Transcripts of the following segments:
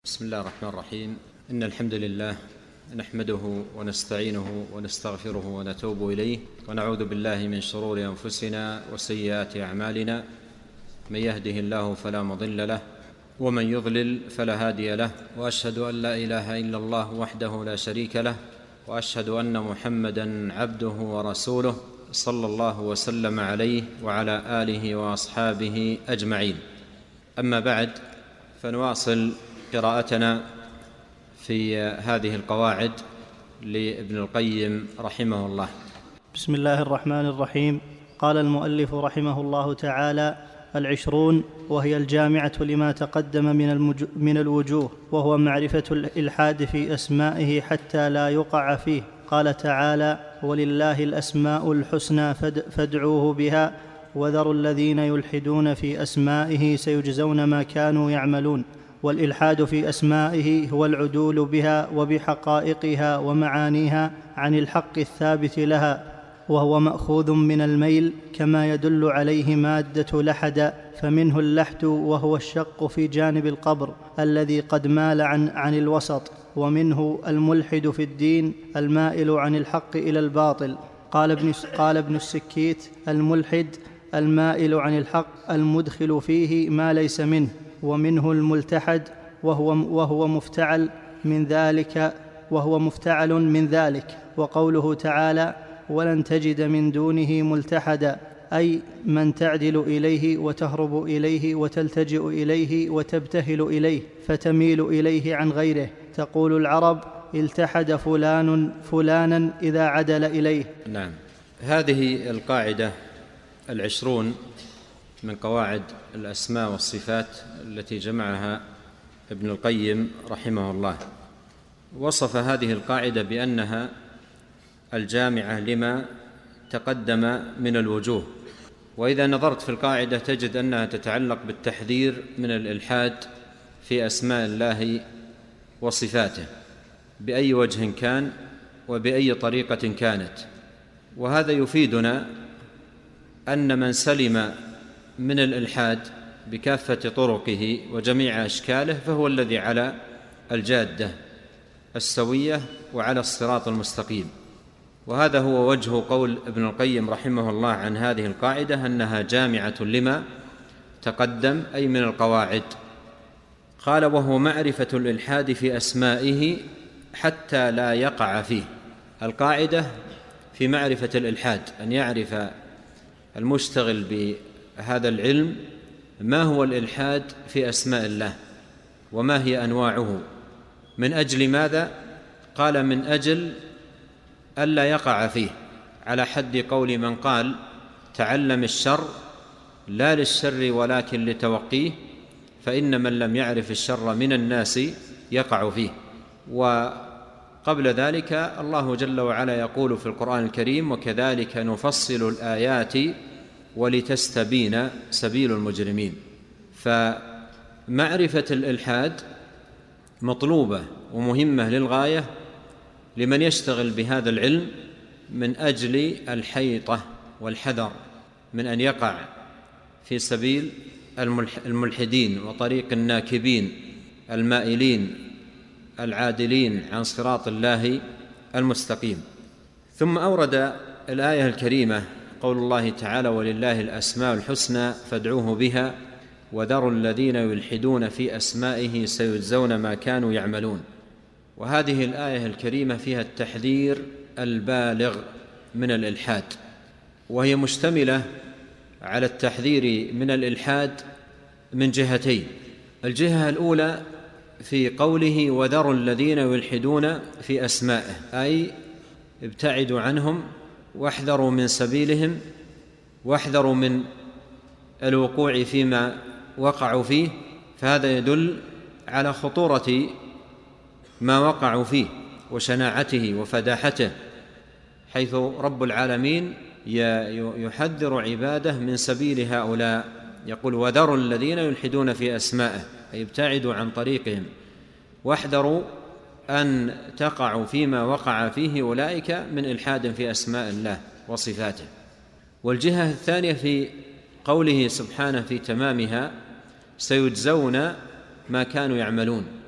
بسم الله الرحمن الرحيم. إن الحمد لله نحمده ونستعينه ونستغفره ونتوب إليه، ونعوذ بالله من شرور أنفسنا وسيئات أعمالنا. من يهده الله فلا مضل له، ومن يضلل فلا هادي له، وأشهد أن لا إله إلا الله وحده لا شريك له، وأشهد أن محمدًا عبده ورسوله صلى الله وسلم عليه وعلى آله وأصحابه أجمعين. أما بعد، فنواصل قراءتنا في هذه القواعد لابن القيم رحمه الله. بسم الله الرحمن الرحيم. قال المؤلف رحمه الله تعالى: 20، وهي الجامعة لما تقدم من الوجوه، وهو معرفة الإلحاد في أسمائه حتى لا يقع فيه. قال تعالى: ولله الأسماء الحسنى فادعوه بها وذروا الذين يلحدون في أسمائه سيجزون ما كانوا يعملون. والإلحاد في أسمائه هو العدول بها وبحقائقها ومعانيها عن الحق الثابت لها، وهو مأخوذ من الميل كما يدل عليه مادة لحد، فمنه اللحد وهو الشق في جانب القبر الذي قد مال عن الوسط، ومنه الملحد في الدين المائل عن الحق إلى الباطل. قال ابن السكيت: الملحد المائل عن الحق المدخل فيه ما ليس منه. ومنه الملتحد وهو مفتعل من ذلك. وقوله تعالى: ولن تجد من دونه ملتحدا، أي من تعدل إليه وتهرب إليه وتلتجئ إليه وتبتهل إليه فتميل إليه عن غيره. تقول العرب: التحد فلانا إذا عدل إليه. نعم، هذه القاعدة 20 من قواعد الأسماء والصفات التي جمعها ابن القيم رحمه الله. وصف هذه القاعدة بأنها الجامعة لما تقدم من الوجوه. وإذا نظرت في القاعدة تجد أنها تتعلق بالتحذير من الإلحاد في أسماء الله وصفاته بأي وجه كان وبأي طريقة كانت. وهذا يفيدنا أن من سلم من الإلحاد بكافة طرقه وجميع أشكاله فهو الذي على الجادة السوية وعلى الصراط المستقيم. وهذا هو وجه قول ابن القيم رحمه الله عن هذه القاعدة أنها جامعة لما تقدم، أي من القواعد. قال: وهو معرفة الإلحاد في أسمائه حتى لا يقع فيه. القاعدة في معرفة الإلحاد أن يعرف المشتغل بهذا العلم ما هو الإلحاد في أسماء الله وما هي أنواعه. من أجل ماذا؟ قال: من أجل ألا يقع فيه، على حد قول من قال: تعلم الشر لا للشر ولكن لتوقيه، فإن من لم يعرف الشر من الناس يقع فيه. وقبل ذلك الله جل وعلا يقول في القرآن الكريم: وكذلك نفصل الآيات ولتستبين سبيل المجرمين. فمعرفة الإلحاد مطلوبة ومهمة للغاية لمن يشتغل بهذا العلم من أجل الحيطة والحذر من أن يقع في سبيل الملحدين وطريق الناكبين المائلين العادلين عن صراط الله المستقيم. ثم أورد الآية الكريمة قول الله تعالى: ولله الأسماء الحسنى فادعوه بها وذروا الذين يلحدون في أسمائه سيجزون ما كانوا يعملون. وهذه الآية الكريمة فيها التحذير البالغ من الإلحاد، وهي مشتملة على التحذير من الإلحاد من جهتين. الجهة الأولى في قوله: وذروا الذين يلحدون في أسمائه، أي ابتعدوا عنهم واحذروا من سبيلهم واحذروا من الوقوع فيما وقعوا فيه. فهذا يدل على خطورة ما وقعوا فيه وشناعته وفداحته، حيث رب العالمين يحذر عباده من سبيل هؤلاء. يقول: وذروا الذين يلحدون في أسمائه، أي ابتعدوا عن طريقهم واحذروا أن تقعوا فيما وقع فيه أولئك من إلحاد في أسماء الله وصفاته. والجهة الثانية في قوله سبحانه في تمامها: سيجزون ما كانوا يعملون.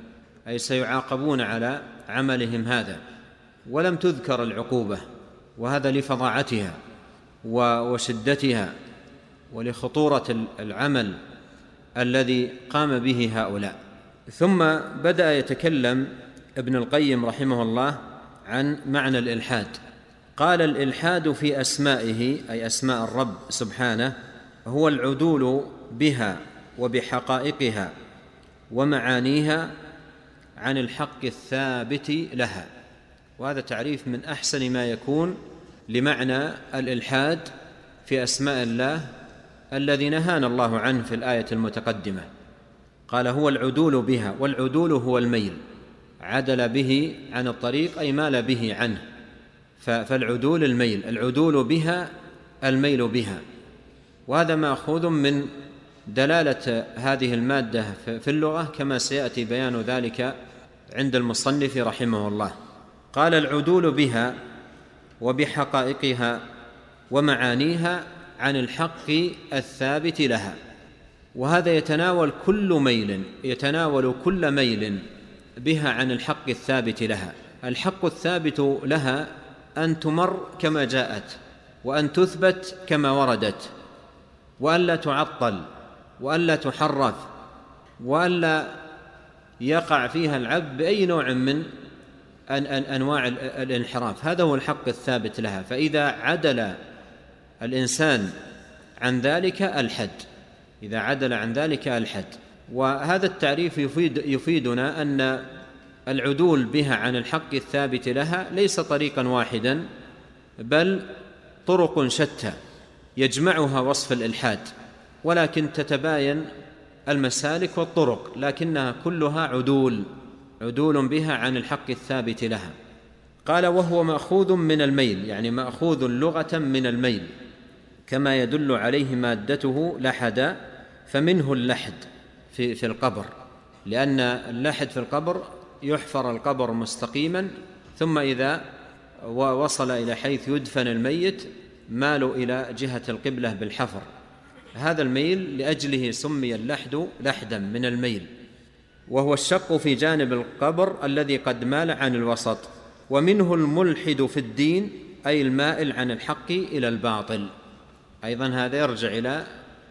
أي سيعاقبون على عملهم هذا، ولم تذكر العقوبة، وهذا لفظاعتها وشدتها ولخطورة العمل الذي قام به هؤلاء. ثم بدأ يتكلم ابن القيم رحمه الله عن معنى الإلحاد. قال: الإلحاد في أسمائه، أي أسماء الرب سبحانه، هو العدول بها وبحقائقها ومعانيها عن الحق الثابت لها. وهذا تعريف من أحسن ما يكون لمعنى الإلحاد في أسماء الله الذي نهانا الله عنه في الآية المتقدمة. قال: هو العدول بها، والعدول هو الميل، عدل به عن الطريق أي مال به عنه، فالعدول الميل، العدول بها الميل بها. وهذا مأخوذ من دلالة هذه المادة في اللغة كما سيأتي بيان ذلك عند المصنف رحمه الله. قال: العدول بها وبحقائقها ومعانيها عن الحق الثابت لها. وهذا يتناول كل ميل بها عن الحق الثابت لها. الحق الثابت لها أن تمر كما جاءت، وأن تثبت كما وردت، وأن لا تعطل، وأن لا تحرف، وأن لا يقع فيها العبد بأي نوع من أنواع الانحراف. هذا هو الحق الثابت لها. فإذا عدل الإنسان عن ذلك ألحد، إذا عدل عن ذلك ألحد. وهذا التعريف يفيدنا أن العدول بها عن الحق الثابت لها ليس طريقا واحدا، بل طرق شتى يجمعها وصف الإلحاد، ولكن تتباين المسالك والطرق، لكنها كلها عدول بها عن الحق الثابت لها. قال: وهو مأخوذ من الميل، يعني مأخوذ لغة من الميل، كما يدل عليه مادته لحد، فمنه اللحد في القبر، لأن اللحد في القبر يحفر القبر مستقيما، ثم إذا وصل إلى حيث يدفن الميت مالوا إلى جهة القبلة بالحفر. هذا الميل لأجله سمي اللحد لحدا من الميل، وهو الشق في جانب القبر الذي قد مال عن الوسط. ومنه الملحد في الدين، أي المائل عن الحق إلى الباطل. أيضا هذا يرجع إلى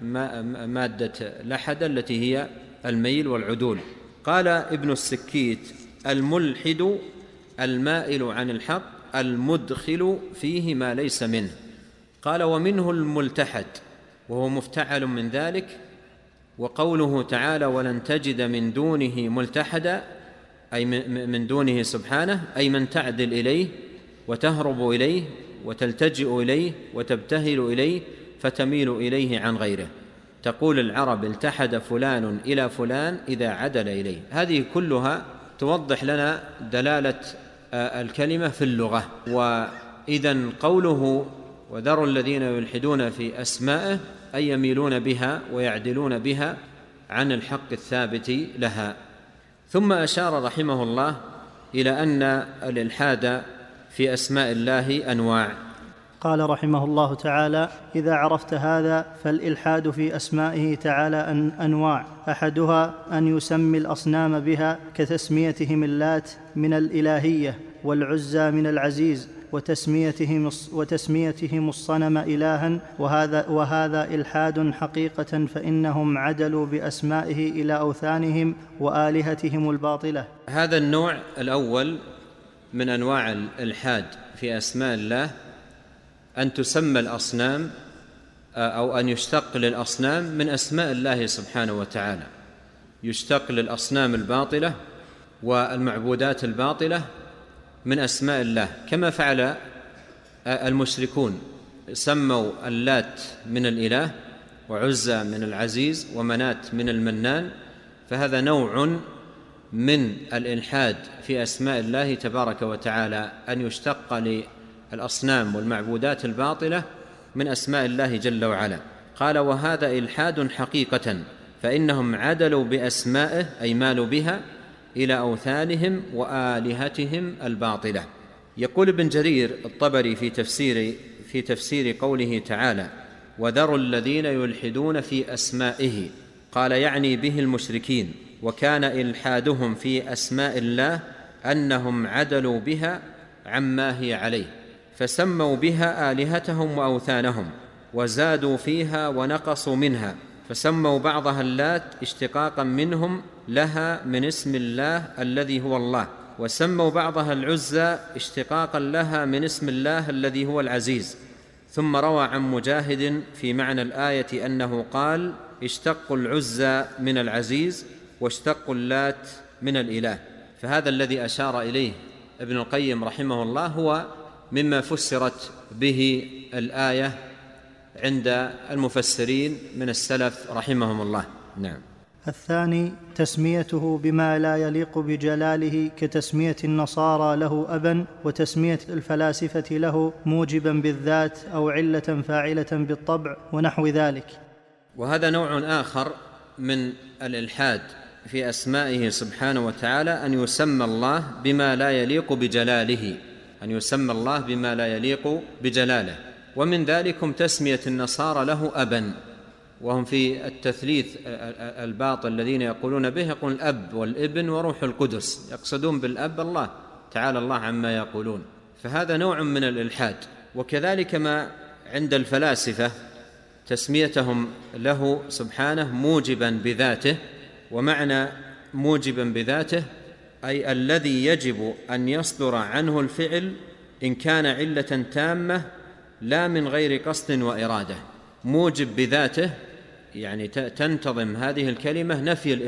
مادة لحد التي هي الميل والعدول. قال ابن السكيت: الملحد المائل عن الحق المدخل فيه ما ليس منه. قال: ومنه الملتحد، وهو مفتعل من ذلك. وقوله تعالى: ولن تجد من دونه ملتحدا، أي من دونه سبحانه، أي من تعدل إليه وتهرب إليه وتلتجئ إليه وتبتهل إليه فتميل إليه عن غيره. تقول العرب: التحد فلان إلى فلان إذا عدل إليه. هذه كلها توضح لنا دلالة الكلمة في اللغة. وإذن قوله: وذروا الذين يلحدون في أسمائه، أي يميلون بها ويعدلون بها عن الحق الثابت لها. ثم أشار رحمه الله إلى أن الإلحاد في أسماء الله أنواع. قال رحمه الله تعالى: إذا عرفت هذا فالإلحاد في أسمائه تعالى أنواع. أحدها أن يسمي الأصنام بها، كتسميتهم اللات من الإلهية والعزى من العزيز، وتسميتهم الصنم إلها، وهذا إلحاد حقيقة، فإنهم عدلوا بأسمائه إلى أوثانهم وآلهتهم الباطلة. هذا النوع الأول من أنواع الإلحاد في أسماء الله أن تسمى الأصنام أو أن يشتق للأصنام من أسماء الله سبحانه وتعالى، يشتق للأصنام الباطلة والمعبودات الباطلة من أسماء الله، كما فعل المشركون، سموا اللات من الإله وعزى من العزيز ومنات من المنان. فهذا نوع من الإلحاد في أسماء الله تبارك وتعالى، أن يشتق للأصنام والمعبودات الباطلة من أسماء الله جل وعلا. قال: وهذا إلحاد حقيقة، فإنهم عدلوا بأسمائه، أي مالوا بها إلى أوثانهم وآلهتهم الباطلة. يقول ابن جرير الطبري في تفسير قوله تعالى: وذروا الذين يلحدون في أسمائه، قال: يعني به المشركين وكان إلحادهم في أسماء الله أنهم عدلوا بها عما هي عليه، فسموا بها آلهتهم وأوثانهم، وزادوا فيها ونقصوا منها، فسموا بعضها اللات اشتقاقا منهم لها من اسم الله الذي هو الله، وسموا بعضها العزى اشتقاقا لها من اسم الله الذي هو العزيز. ثم روى عن مجاهد في معنى الآية أنه قال: اشتقوا العزى من العزيز واشتقوا اللات من الإله. فهذا الذي أشار إليه ابن القيم رحمه الله هو مما فسرت به الآية عند المفسرين من السلف رحمهم الله. نعم. الثاني تسميته بما لا يليق بجلاله، كتسمية النصارى له أبا، وتسمية الفلاسفة له موجبا بالذات أو علة فاعلة بالطبع ونحو ذلك. وهذا نوع آخر من الإلحاد في أسمائه سبحانه وتعالى، أن يسمى الله بما لا يليق بجلاله، أن يسمى الله بما لا يليق بجلاله. ومن ذلكم تسمية النصارى له أبا، وهم في التثليث الباطل الذين يقولون به، يقول الأب والابن وروح القدس، يقصدون بالأب الله تعالى الله عما يقولون، فهذا نوع من الإلحاد. وكذلك ما عند الفلاسفة تسميتهم له سبحانه موجبا بذاته، ومعنى موجبا بذاته أي الذي يجب أن يصدر عنه الفعل إن كان علة تامة لا من غير قصد وإرادة. موجب بذاته يعني تنتظم هذه الكلمة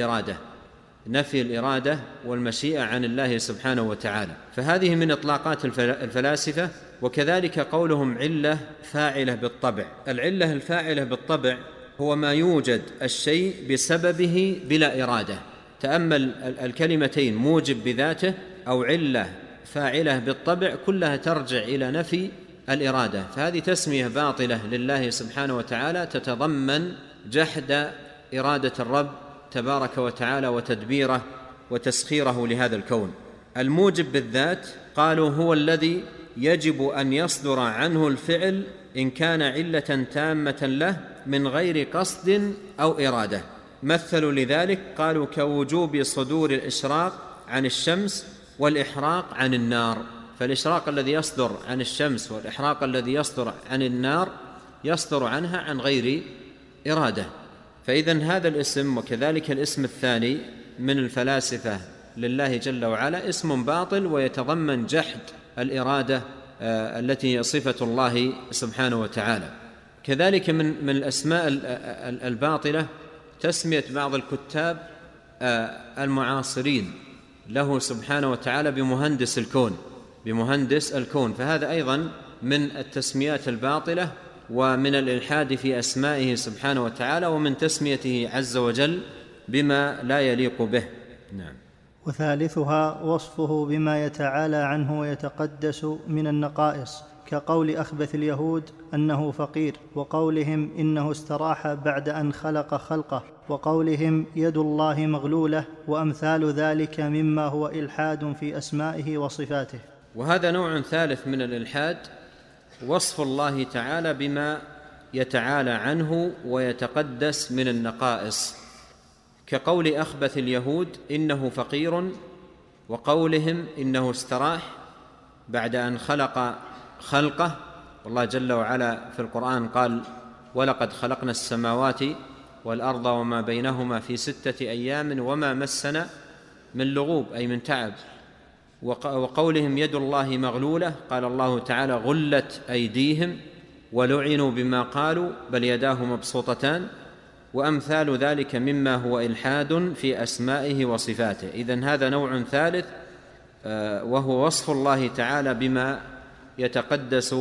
نفي الإرادة والمشيئة عن الله سبحانه وتعالى، فهذه من إطلاقات الفلاسفة. وكذلك قولهم علة فاعلة بالطبع. العلة الفاعلة بالطبع هو ما يوجد الشيء بسببه بلا إرادة. تأمل الكلمتين موجب بذاته أو علة فاعلة بالطبع، كلها ترجع إلى نفي الإرادة، فهذه تسمية باطلة لله سبحانه وتعالى تتضمن جحد إرادة الرب تبارك وتعالى وتدبيره وتسخيره لهذا الكون. الموجب بالذات قالوا هو الذي يجب أن يصدر عنه الفعل إن كان علة تامة له من غير قصد أو إرادة. مثلوا لذلك قالوا كوجوب صدور الإشراق عن الشمس والإحراق عن النار، فالإشراق الذي يصدر عن الشمس والإحراق الذي يصدر عن النار يصدر عنها عن غير إرادة. فإذن هذا الاسم وكذلك الاسم الثاني من الفلاسفة لله جل وعلا اسم باطل ويتضمن جحد الإرادة التي هي صفة الله سبحانه وتعالى. كذلك من الأسماء الباطلة تسمية بعض الكتاب المعاصرين له سبحانه وتعالى بمهندس الكون، فهذا أيضا من التسميات الباطلة ومن الإلحاد في أسمائه سبحانه وتعالى ومن تسميته عز وجل بما لا يليق به. نعم. وثالثها وصفه بما يتعالى عنه ويتقدس من النقائص، كقول أخبث اليهود أنه فقير، وقولهم إنه استراح بعد أن خلق خلقه، وقولهم يد الله مغلولة، وأمثال ذلك مما هو إلحاد في أسمائه وصفاته. وهذا نوع ثالث من الإلحاد، وصف الله تعالى بما يتعالى عنه ويتقدس من النقائص، كقول أخبث اليهود إنه فقير، وقولهم إنه استراح بعد أن خلق خلقه. والله جل وعلا في القرآن قال ولقد خلقنا السماوات والأرض وما بينهما في 6 أيام وما مسنا من لغوب أي من تعب. وقولهم يد الله مغلولة قال الله تعالى غلت أيديهم ولعنوا بما قالوا بل يداه مبسوطتان، وأمثال ذلك مما هو إلحاد في أسمائه وصفاته. إذن هذا نوع ثالث وهو وصف الله تعالى بما يتقدس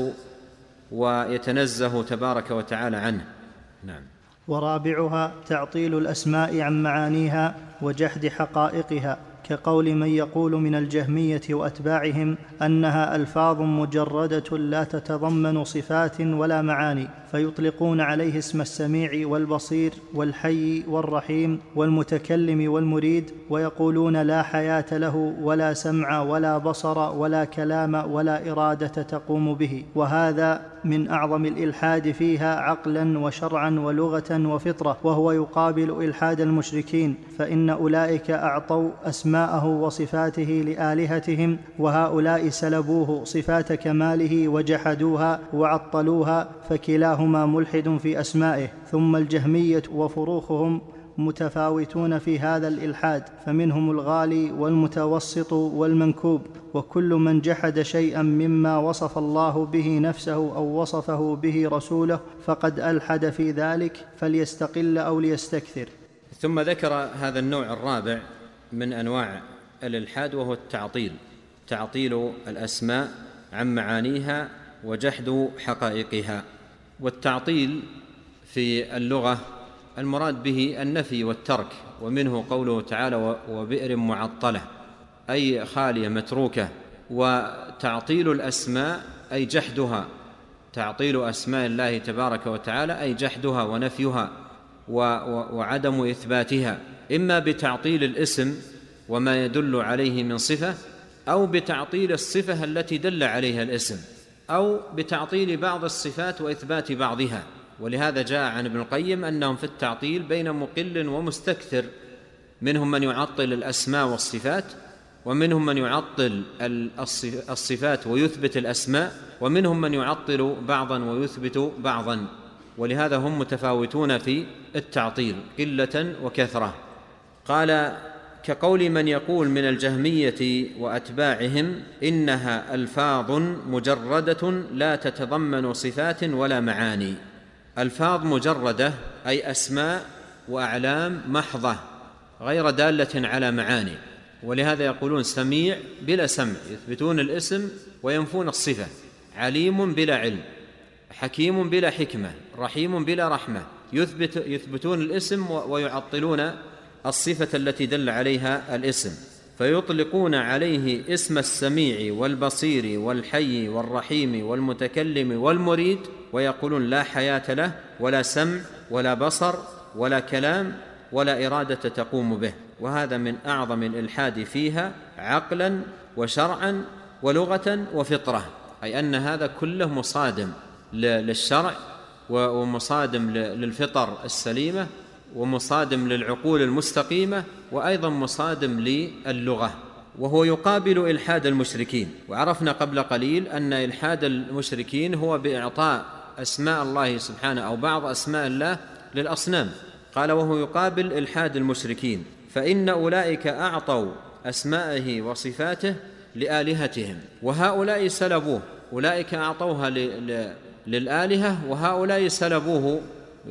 ويتنزه تبارك وتعالى عنه. نعم. ورابعها تعطيل الأسماء عن معانيها وجحد حقائقها، كقول من يقول من الجهمية وأتباعهم أنها ألفاظ مجردة لا تتضمن صفات ولا معاني، فيطلقون عليه اسم السميع والبصير والحي والرحيم والمتكلم والمريد، ويقولون لا حياة له ولا سمع ولا بصر ولا كلام ولا إرادة تقوم به. وهذا من أعظم الإلحاد فيها عقلا وشرعا ولغة وفطرة، وهو يقابل إلحاد المشركين، فإن أولئك أعطوا أسماءه وصفاته لآلهتهم، وهؤلاء سلبوه صفات كماله وجحدوها وعطلوها، فكلاهما ملحد في أسمائه. ثم الجهمية وفروخهم متفاوتون في هذا الإلحاد، فمنهم الغالي والمتوسط والمنكوب، وكل من جحد شيئا مما وصف الله به نفسه أو وصفه به رسوله فقد ألحد في ذلك، فليستقل أو ليستكثر. ثم ذكر هذا النوع الرابع من أنواع الإلحاد، وهو التعطيل، تعطيل الأسماء عن معانيها وجحد حقائقها. والتعطيل في اللغة المراد به النفي والترك، ومنه قوله تعالى وبئر معطلة، أي خالية متروكة. وتعطيل الأسماء أي جحدها، تعطيل أسماء الله تبارك وتعالى أي جحدها ونفيها وعدم إثباتها، إما بتعطيل الاسم وما يدل عليه من صفة، أو بتعطيل الصفة التي دل عليها الاسم، أو بتعطيل بعض الصفات وإثبات بعضها. ولهذا جاء عن ابن القيم أنهم في التعطيل بين مقل ومستكثر، منهم من يعطل الأسماء والصفات، ومنهم من يعطل الصفات ويثبت الأسماء، ومنهم من يعطل بعضا ويثبت بعضا. ولهذا هم متفاوتون في التعطيل قلة وكثرة. قال كقول من يقول من الجهمية وأتباعهم إنها ألفاظ مجردة لا تتضمن صفات ولا معاني. ألفاظ مجردة أي أسماء وأعلام محضة غير دالة على معاني. ولهذا يقولون سميع بلا سمع، يثبتون الاسم وينفون الصفة، عليم بلا علم، حكيم بلا حكمة، رحيم بلا رحمة، يثبتون الاسم ويعطلون الصفة التي دل عليها الاسم، فيطلقون عليه اسم السميع والبصير والحي والرحيم والمتكلم والمريد، ويقولون لا حياة له ولا سمع ولا بصر ولا كلام ولا إرادة تقوم به. وهذا من أعظم الإلحاد فيها عقلا وشرعا ولغة وفطرة، أي أن هذا كله مصادم للشرع ومصادم للفطر السليمة ومصادم للعقول المستقيمة، وأيضا مصادم للغة، وهو يقابل إلحاد المشركين. وعرفنا قبل قليل أن إلحاد المشركين هو بإعطاء أسماء الله سبحانه أو بعض أسماء الله للأصنام. قال وهو يقابل إلحاد المشركين، فإن أولئك أعطوا أسمائه وصفاته لآلهتهم، وهؤلاء سلبوه. أولئك أعطوها للآلهة، وهؤلاء سلبوه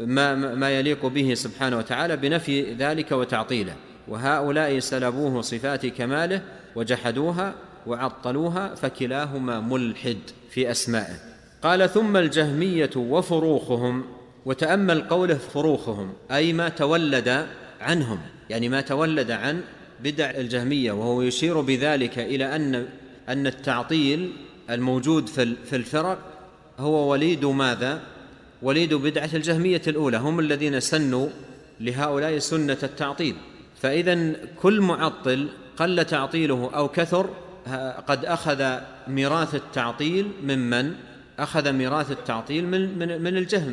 ما يليق به سبحانه وتعالى بنفي ذلك وتعطيله. وهؤلاء سلبوه صفات كماله وجحدوها وعطلوها، فكلاهما ملحد في أسمائه. قال ثم الجهمية وفروخهم. وتأمل قوله فروخهم، أي ما تولد عنهم، يعني ما تولد عن بدع الجهمية، وهو يشير بذلك إلى أن التعطيل الموجود في الفرق هو وليد ماذا؟ وليد بدعة الجهمية الأولى، هم الذين سنوا لهؤلاء سنة التعطيل. فإذن كل معطل قل تعطيله أو كثر قد أخذ ميراث التعطيل ممن أخذ ميراث التعطيل من الجهم،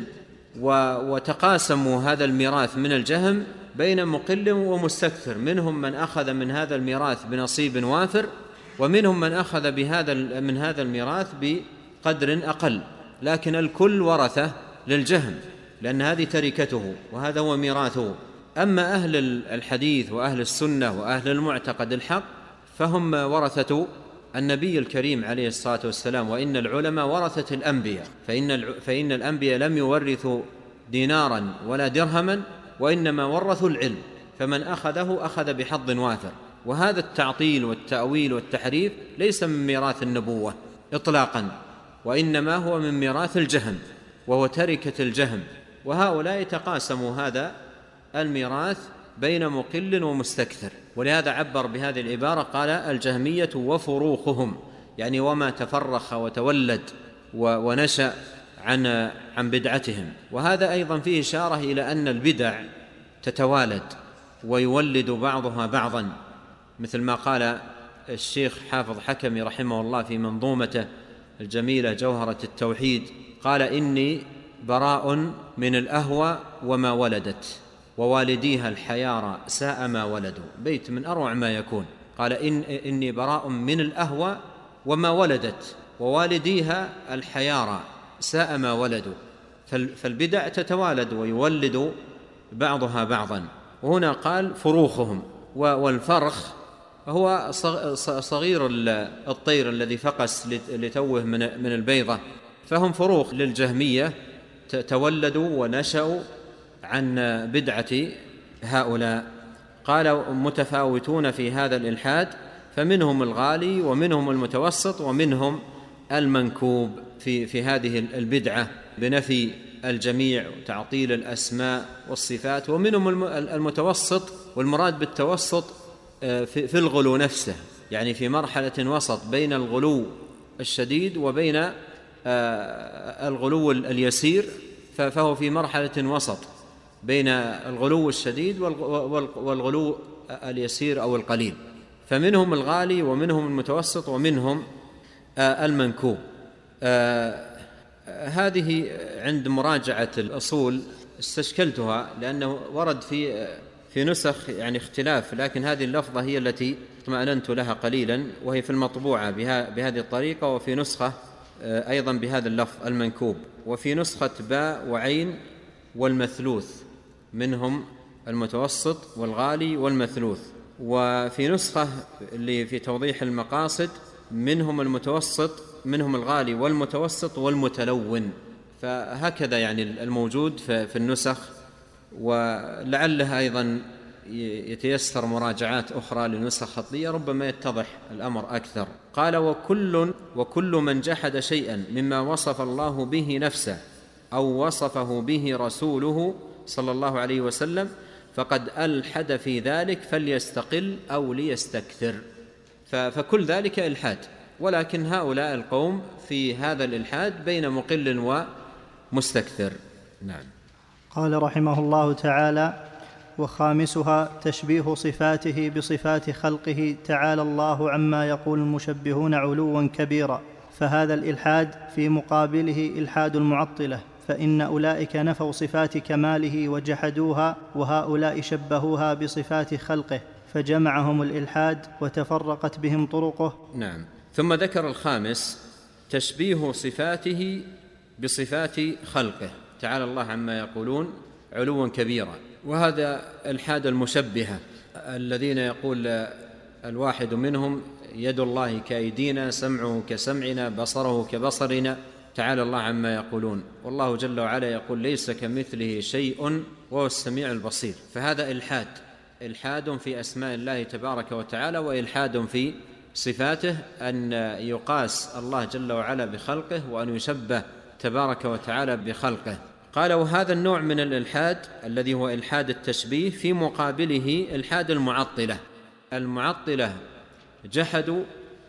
وتقاسموا هذا الميراث من الجهم بين مقل ومستكثر، منهم من أخذ من هذا الميراث بنصيب وافر، ومنهم من أخذ من هذا الميراث بقدر أقل، لكن الكل ورثة للجهم، لأن هذه تركته وهذا هو ميراثه. أما أهل الحديث وأهل السنة وأهل المعتقد الحق فهم ورثة النبي الكريم عليه الصلاة والسلام، وإن العلماء ورثة الأنبياء، فإن الأنبياء لم يورثوا دينارا ولا درهما، وإنما ورثوا العلم، فمن أخذه أخذ بحظ وافر. وهذا التعطيل والتأويل والتحريف ليس من ميراث النبوة إطلاقا، وإنما هو من ميراث الجهم، وهو تركة الجهم. وهؤلاء تقاسموا هذا الميراث بين مقل ومستكثر، ولهذا عبر بهذه العبارة قال الجهمية وفروخهم، يعني وما تفرخ وتولد ونشأ عن بدعتهم. وهذا أيضا فيه إشارة إلى أن البدع تتوالد ويولد بعضها بعضا، مثل ما قال الشيخ حافظ حكمي رحمه الله في منظومته الجميلة جوهرة التوحيد، قال: إني براء من الأهوى وما ولدت، ووالديها الحيارى ساء ما ولدوا. بيت من أروع ما يكون. قال: إني براء من الأهوى وما ولدت، ووالديها الحيارى ساء ما ولدوا. فالبدع تتوالد ويولد بعضها بعضا. وهنا قال فروخهم، والفرخ هو صغير الطير الذي فقس لتوه من البيضة، فهم فروخ للجهمية تولدوا ونشأوا عن بدعة هؤلاء. قال: متفاوتون في هذا الإلحاد، فمنهم الغالي ومنهم المتوسط ومنهم المنكوب في هذه البدعة بنفي الجميع وتعطيل الأسماء والصفات، ومنهم المتوسط، والمراد بالتوسط في الغلو نفسه، يعني في مرحلة وسط بين الغلو الشديد وبين الغلو اليسير، فهو في مرحلة وسط بين الغلو الشديد والغلو اليسير أو القليل. فمنهم الغالي ومنهم المتوسط ومنهم المنكوب. هذه عند مراجعة الأصول استشكلتها، لأنه ورد في نسخ يعني اختلاف، لكن هذه اللفظة هي التي اطمأننت لها قليلا، وهي في المطبوعة بهذه الطريقة، وفي نسخة أيضا بهذا اللفظ المنكوب، وفي نسخة باء وعين والمثلوث، منهم المتوسط والغالي والمثلوث. وفي نسخة اللي في توضيح المقاصد منهم المتوسط، منهم الغالي والمتوسط والمتلون. فهكذا يعني الموجود في النسخ، ولعلها أيضا يتيسر مراجعات أخرى لنسخ خطية ربما يتضح الأمر أكثر. قال: وكل من جحد شيئا مما وصف الله به نفسه أو وصفه به رسوله صلى الله عليه وسلم فقد ألحد في ذلك، فليستقل أو ليستكثر. فكل ذلك إلحاد، ولكن هؤلاء القوم في هذا الإلحاد بين مقل ومستكثر. نعم. قال رحمه الله تعالى: وخامسها تشبيه صفاته بصفات خلقه، تعالى الله عما يقول المشبهون علوا كبيرا. فهذا الإلحاد في مقابله إلحاد المعطلة، فإن أولئك نفوا صفات كماله وجحدوها، وهؤلاء شبهوها بصفات خلقه، فجمعهم الإلحاد وتفرقت بهم طرقه. نعم. ثم ذكر الخامس تشبيه صفاته بصفات خلقه، تعالى الله عما يقولون علوا كبيرا. وهذا الحاد المشبهة الذين يقول الواحد منهم: يد الله كأيدينا، سمعه كسمعنا، بصره كبصرنا، تعالى الله عما يقولون. والله جل وعلا يقول: ليس كمثله شيء وهو السميع البصير. فهذا إلحاد في أسماء الله تبارك وتعالى، وإلحاد في صفاته، أن يقاس الله جل وعلا بخلقه، وأن يشبه تبارك وتعالى بخلقه. قال: وهذا النوع من الإلحاد الذي هو إلحاد التشبيه في مقابله إلحاد المعطلة. المعطلة جحدوا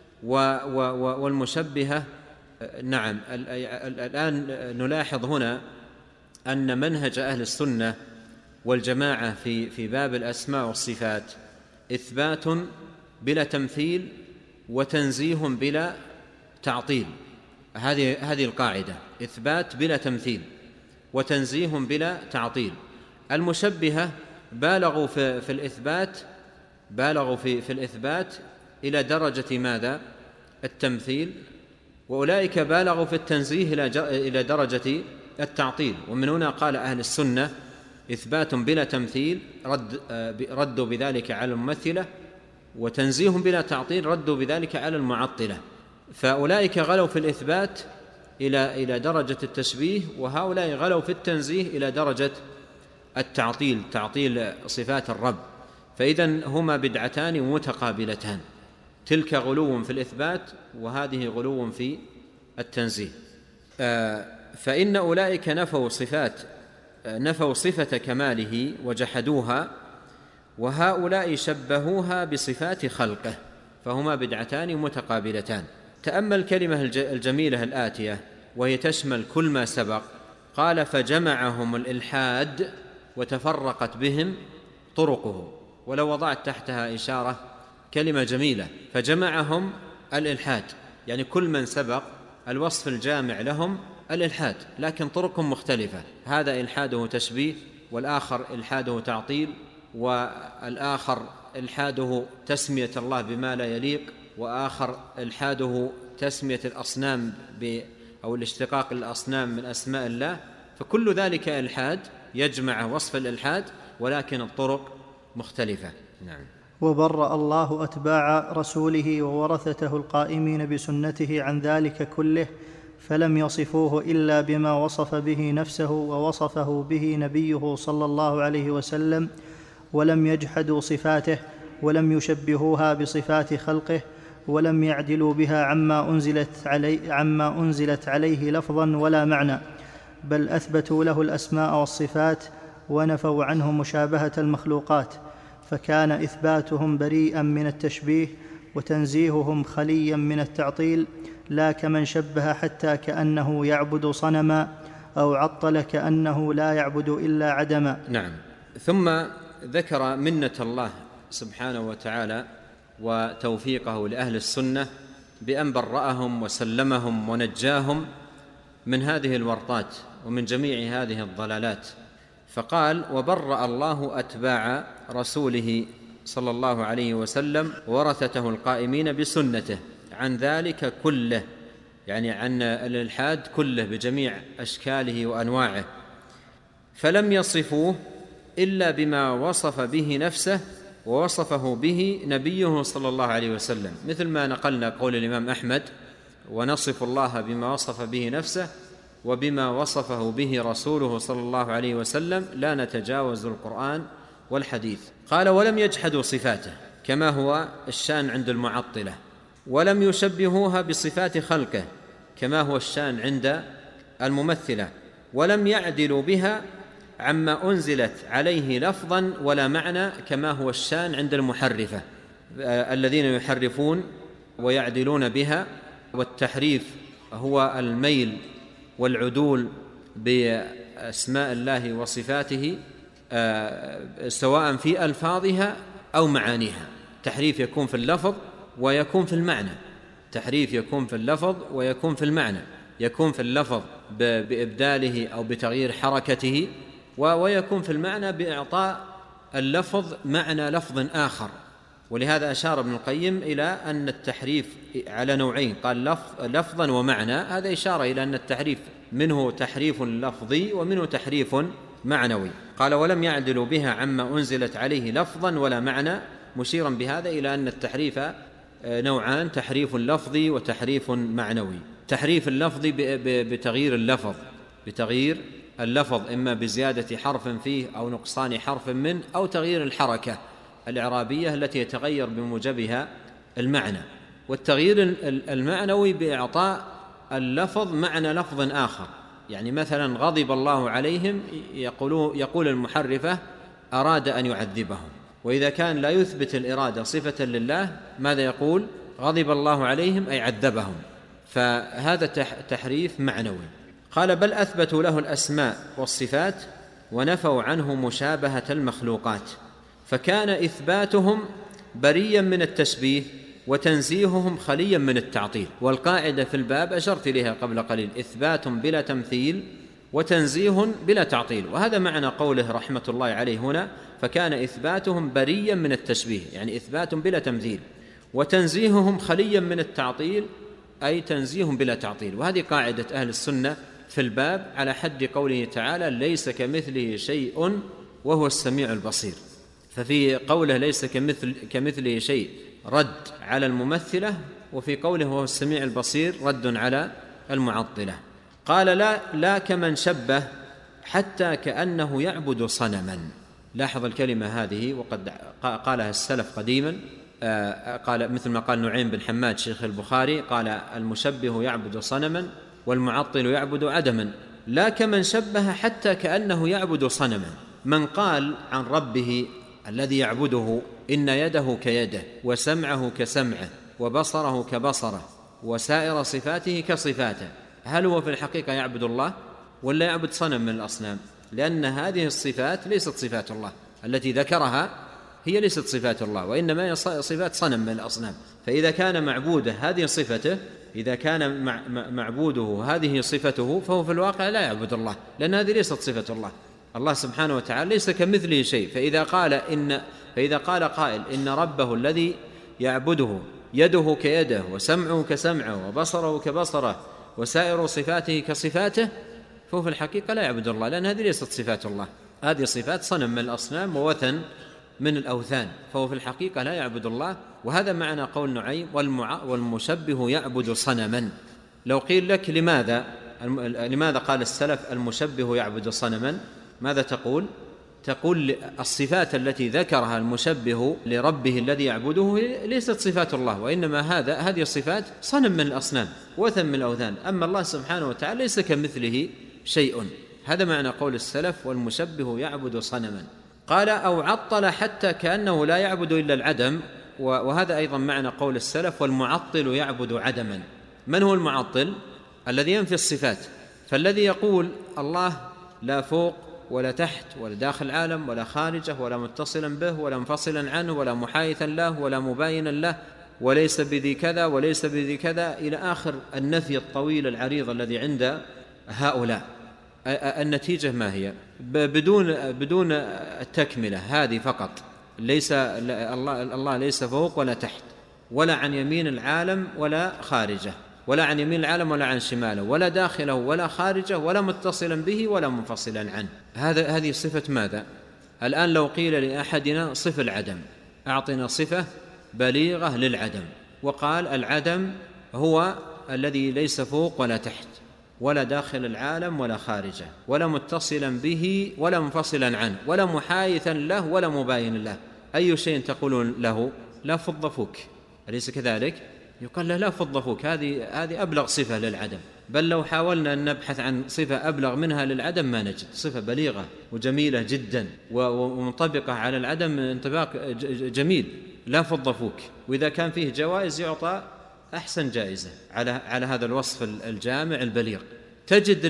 والمشبهة نعم. الآن نلاحظ هنا أن منهج أهل السنة والجماعة في باب الأسماء والصفات إثبات بلا تمثيل وتنزيه بلا تعطيل. هذه القاعدة: إثبات بلا تمثيل وتنزيه بلا تعطيل. المشبهة بالغوا في الإثبات، بالغوا في الإثبات إلى درجة ماذا؟ التمثيل. وأولئك بالغوا في التنزيه إلى درجة التعطيل. ومن هنا قال أهل السنة: إثبات بلا تمثيل، ردوا بذلك على الممثلة، وتنزيه بلا تعطيل، ردوا بذلك على المعطلة. فأولئك غلوا في الإثبات إلى درجة التشبيه، وهؤلاء غلوا في التنزيه إلى درجة التعطيل، تعطيل صفات الرب. فإذن هما بدعتان متقابلتان، تلك غلو في الإثبات وهذه غلو في التنزيه. فإن أولئك نفوا صفة كماله وجحدوها، وهؤلاء شبهوها بصفات خلقه، فهما بدعتان متقابلتان. تأمل الكلمة الجميلة الآتية: وهي تشمل كل ما سبق. قال فجمعهم الإلحاد وتفرقت بهم طرقه. ولو وضعت تحتها إشارة كلمة جميلة، فجمعهم الإلحاد، يعني كل من سبق الوصف الجامع لهم الإلحاد، لكن طرقهم مختلفة، هذا إلحاده تشبيه، والآخر إلحاده تعطيل، والآخر إلحاده تسمية الله بما لا يليق، وآخر إلحاده تسمية الأصنام أو الاشتقاق الأصنام من أسماء الله. فكل ذلك إلحاد يجمع وصف الإلحاد، ولكن الطرق مختلفة. نعم. وبرأ الله أتباع رسوله وورثته القائمين بسنته عن ذلك كله، فلم يصفوه إلا بما وصف به نفسه ووصفه به نبيه صلى الله عليه وسلم، ولم يجحدوا صفاته، ولم يشبهوها بصفات خلقه، ولم يعدلوا بها عما أنزلت عليه لفظا ولا معنى، بل أثبتوا له الأسماء والصفات ونفوا عنه مشابهة المخلوقات، فكان إثباتهم بريئا من التشبيه وتنزيههم خليا من التعطيل، لا كمن شبه حتى كأنه يعبد صنما، أو عطل كأنه لا يعبد إلا عدما. نعم. ثم ذكر منة الله سبحانه وتعالى وتوفيقه لأهل السنة بأن برأهم وسلمهم ونجاهم من هذه الورطات ومن جميع هذه الضلالات. فقال وبرأ الله أتباع رسوله صلى الله عليه وسلم ورثته القائمين بسنته عن ذلك كله، يعني عن الإلحاد كله بجميع أشكاله وأنواعه، فلم يصفوه إلا بما وصف به نفسه ووصفه به نبيه صلى الله عليه وسلم، مثل ما نقلنا قول الإمام أحمد: ونصف الله بما وصف به نفسه وبما وصفه به رسوله صلى الله عليه وسلم، لا نتجاوز القرآن والحديث. قال ولم يجحدوا صفاته كما هو الشأن عند المعطلة، ولم يشبهوها بصفات خلقه كما هو الشأن عند الممثلة، ولم يعدلوا بها عما أنزلت عليه لفظا ولا معنى كما هو الشأن عند المحرفة الذين يحرفون ويعدلون بها. والتحريف هو الميل والعدول بأسماء الله وصفاته سواء في ألفاظها أو معانيها. تحريف يكون في اللفظ ويكون في المعنى، تحريف يكون في اللفظ ويكون في المعنى، يكون في اللفظ بإبداله أو بتغيير حركته، ويكون في المعنى بإعطاء اللفظ معنى لفظ آخر. ولهذا أشار ابن القيم إلى أن التحريف على نوعين، قال لفظا ومعنى، هذا إشارة إلى أن التحريف منه تحريف لفظي ومنه تحريف معنوي. قال ولم يعدلوا بها عما أنزلت عليه لفظا ولا معنى، مشيرا بهذا إلى أن التحريف نوعان: تحريف لفظي وتحريف معنوي. تحريف اللفظي بتغيير اللفظ، بتغيير اللفظ إما بزيادة حرف فيه أو نقصان حرف منه، أو تغيير الحركة الإعرابية التي يتغير بموجبها المعنى. والتغيير المعنوي بإعطاء اللفظ معنى لفظ آخر، يعني مثلا غضب الله عليهم، يقول المحرفة أراد أن يعذبهم، وإذا كان لا يثبت الإرادة صفة لله ماذا يقول؟ غضب الله عليهم أي عذبهم، فهذا تحريف معنوي. قال بل أثبتوا له الأسماء والصفات ونفوا عنه مشابهة المخلوقات، فكان إثباتهم بريا من التشبيه وتنزيههم خليا من التعطيل. والقاعدة في الباب أشرت إليها قبل قليل: إثبات بلا تمثيل وتنزيه بلا تعطيل. وهذا معنى قوله رحمة الله عليه هنا: فكان إثباتهم بريا من التشبيه، يعني إثبات بلا تمثيل، وتنزيههم خليا من التعطيل أي تنزيهم بلا تعطيل. وهذه قاعدة أهل السنة في الباب، على حد قوله تعالى: ليس كمثله شيء وهو السميع البصير. ففي قوله ليس كمثله شيء رد على الممثلة، وفي قوله وهو السميع البصير رد على المعطلة. قال لا كمن شبه حتى كأنه يعبد صنما. لاحظ الكلمة هذه، وقد قالها السلف قديما، قال مثل ما قال نعيم بن حماد شيخ البخاري، قال: المشبه يعبد صنما والمعطل يعبد عدما. لا كمن شبه حتى كأنه يعبد صنما. من قال عن ربه الذي يعبده إن يده كيده وسمعه كسمعه وبصره كبصره وسائر صفاته كصفاته، هل هو في الحقيقة يعبد الله ولا يعبد صنم من الأصنام؟ لأن هذه الصفات ليست صفات الله، التي ذكرها هي ليست صفات الله، وإنما هي صفات صنم من الأصنام. فإذا كان معبوده هذه صفته، إذا كان معبوده هذه صفته، فهو في الواقع لا يعبد الله، لأن هذه ليست صفة الله. الله سبحانه وتعالى ليس كمثله شيء. فإذا قال قائل إن ربه الذي يعبده يده كيده وسمعه كسمعه وبصره كبصره وسائر صفاته كصفاته، فهو في الحقيقة لا يعبد الله، لأن هذه ليست صفات الله، هذه صفات صنم من الأصنام ووثن من الأوثان، فهو في الحقيقة لا يعبد الله. وهذا معنى قول نعيم والمشبه يعبد صنما. لو قيل لك لماذا قال السلف المشبه يعبد صنما، ماذا تقول؟ تقول الصفات التي ذكرها المشبه لربه الذي يعبده ليست صفات الله، وإنما هذه الصفات صنم من الأصنام وثن من الأوثان. أما الله سبحانه وتعالى ليس كمثله شيء. هذا معنى قول السلف والمشبه يعبد صنما. قال أو عطل حتى كأنه لا يعبد إلا العدم، وهذا أيضا معنى قول السلف والمعطل يعبد عدما. من هو المعطل؟ الذي ينفي الصفات. فالذي يقول الله لا فوق ولا تحت ولا داخل العالم ولا خارجه ولا متصلا به ولا منفصلا عنه ولا محايثا له ولا مباينا له وليس بذي كذا وليس بذي كذا إلى آخر النفي الطويل العريض الذي عند هؤلاء، النتيجة ما هي؟ بدون التكملة هذه فقط. ليس الله ليس فوق ولا تحت ولا عن يمين العالم ولا خارجه ولا عن يمين العالم ولا عن شماله ولا داخله ولا خارجه ولا متصلا به ولا منفصلا عنه. هذه صفة ماذا؟ الآن لو قيل لأحدنا صف العدم، أعطنا صفة بليغة للعدم، وقال العدم هو الذي ليس فوق ولا تحت ولا داخل العالم ولا خارجه ولا متصلا به ولا منفصلا عنه ولا محايثا له ولا مباين له، أي شيء تقولون له؟ لا فض فوك، أليس كذلك؟ يقال لا فض فوك، هذه أبلغ صفة للعدم، بل لو حاولنا أن نبحث عن صفة أبلغ منها للعدم ما نجد. صفة بليغة وجميلة جدا ومنطبقة على العدم انطباق جميل، لا فض فوك. وإذا كان فيه جوائز يعطى أحسن جائزة على هذا الوصف الجامع البليغ. تجد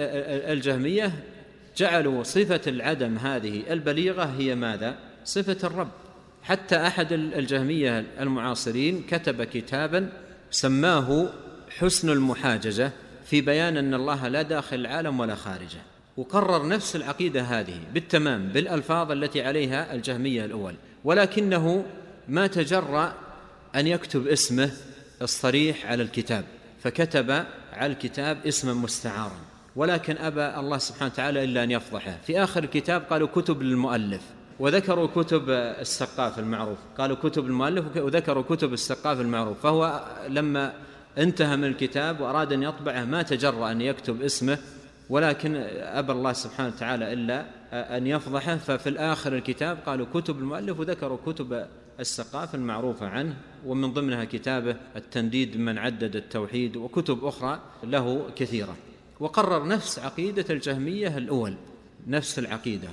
الجهمية جعلوا صفة العدم هذه البليغة هي ماذا؟ صفة الرب. حتى أحد الجهمية المعاصرين كتب كتابا سماه حسن المحاججة في بيان أن الله لا داخل العالم ولا خارجه، وقرر نفس العقيدة هذه بالتمام بالألفاظ التي عليها الجهمية الأول، ولكنه ما تجرأ أن يكتب اسمه الصريح على الكتاب، فكتب على الكتاب اسما مستعارا، ولكن أبى الله سبحانه وتعالى إلا أن يفضحه. في آخر الكتاب قالوا كتب للمؤلف، وذكروا كتب السقاف المعروف، قالوا كتب المؤلف وذكروا كتب السقاف المعروف. فهو لما انتهى من الكتاب وأراد أن يطبعه ما تجرأ أن يكتب اسمه، ولكن أبى الله سبحانه وتعالى إلا أن يفضحه. ففي الآخر الكتاب قالوا كتب المؤلف وذكروا كتب السقاف المعروفة عنه، ومن ضمنها كتابه التنديد من عدد التوحيد وكتب أخرى له كثيرة. وقرر نفس عقيدة الجهمية الأول، نفس العقيدة،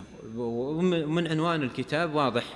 ومن عنوان الكتاب واضح.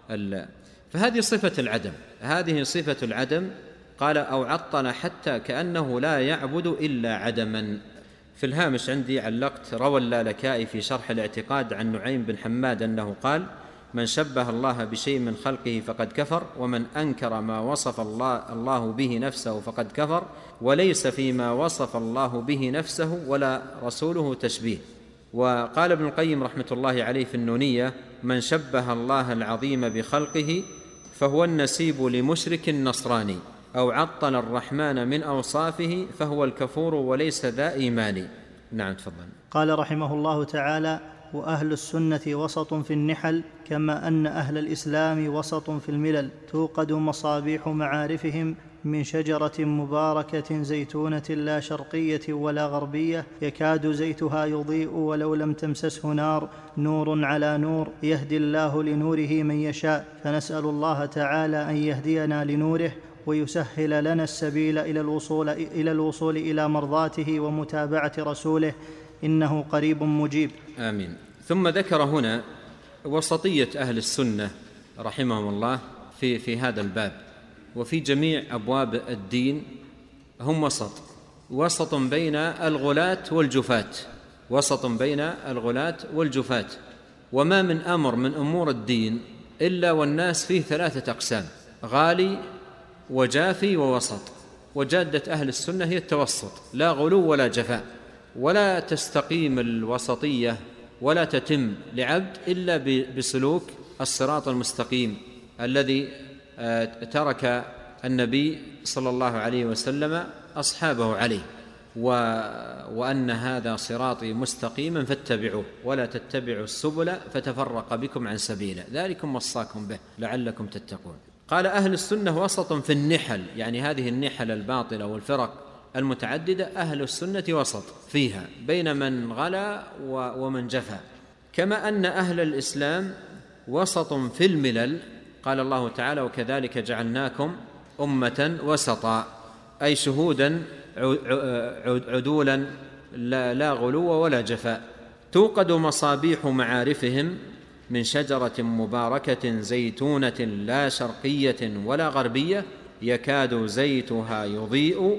فهذه صفة العدم، هذه صفة العدم. قال أو عطل حتى كأنه لا يعبد إلا عدما. في الهامش عندي علقت روى اللالكائي في شرح الاعتقاد عن نعيم بن حماد أنه قال من شبه الله بشيء من خلقه فقد كفر، ومن أنكر ما وصف الله به نفسه فقد كفر، وليس فيما وصف الله به نفسه ولا رسوله تشبيه. وقال ابن القيم رحمة الله عليه في النونية من شبه الله العظيم بخلقه فهو النسيب لمشرك نصراني، أو عطل الرحمن من أوصافه فهو الكفور وليس ذا إيمان. نعم تفضل. قال رحمه الله تعالى وأهل السنة وسط في النحل، كما أن أهل الإسلام وسط في الملل، توقد مصابيح معارفهم من شجرة مباركة زيتونة لا شرقية ولا غربية، يكاد زيتها يضيء ولو لم تمسسه نار، نور على نور، يهدي الله لنوره من يشاء. فنسأل الله تعالى أن يهدينا لنوره ويسهل لنا السبيل إلى الوصول إلى مرضاته ومتابعة رسوله، إنه قريب مجيب. آمين. ثم ذكر هنا وسطية أهل السنة رحمهم الله في هذا الباب، وفي جميع أبواب الدين هم وسط، وسط بين الغلاة والجفاة، وسط بين الغلاة والجفاة. وما من أمر من أمور الدين إلا والناس فيه 3 أقسام: غالي وجافي ووسط. وجادة أهل السنة هي التوسط، لا غلو ولا جفاء، ولا تستقيم الوسطية ولا تتم لعبد إلا بسلوك الصراط المستقيم الذي ترك النبي صلى الله عليه وسلم أصحابه عليه، وأن هذا صراطي مستقيما فاتبعوه ولا تتبعوا السبل فتفرق بكم عن سبيله، ذلكم وصاكم به لعلكم تتقون. قال أهل السنة وسط في النحل، يعني هذه النحل الباطلة والفرق المتعددة أهل السنة وسط فيها بين من غلا ومن جفا. كما أن أهل الإسلام وسط في الملل، قال الله تعالى: وكذلك جعلناكم أمة وسطا، أي شهودا عدولا لا غلو ولا جفاء. توقد مصابيح معارفهم من شجرة مباركة زيتونة لا شرقية ولا غربية يكاد زيتها يضيء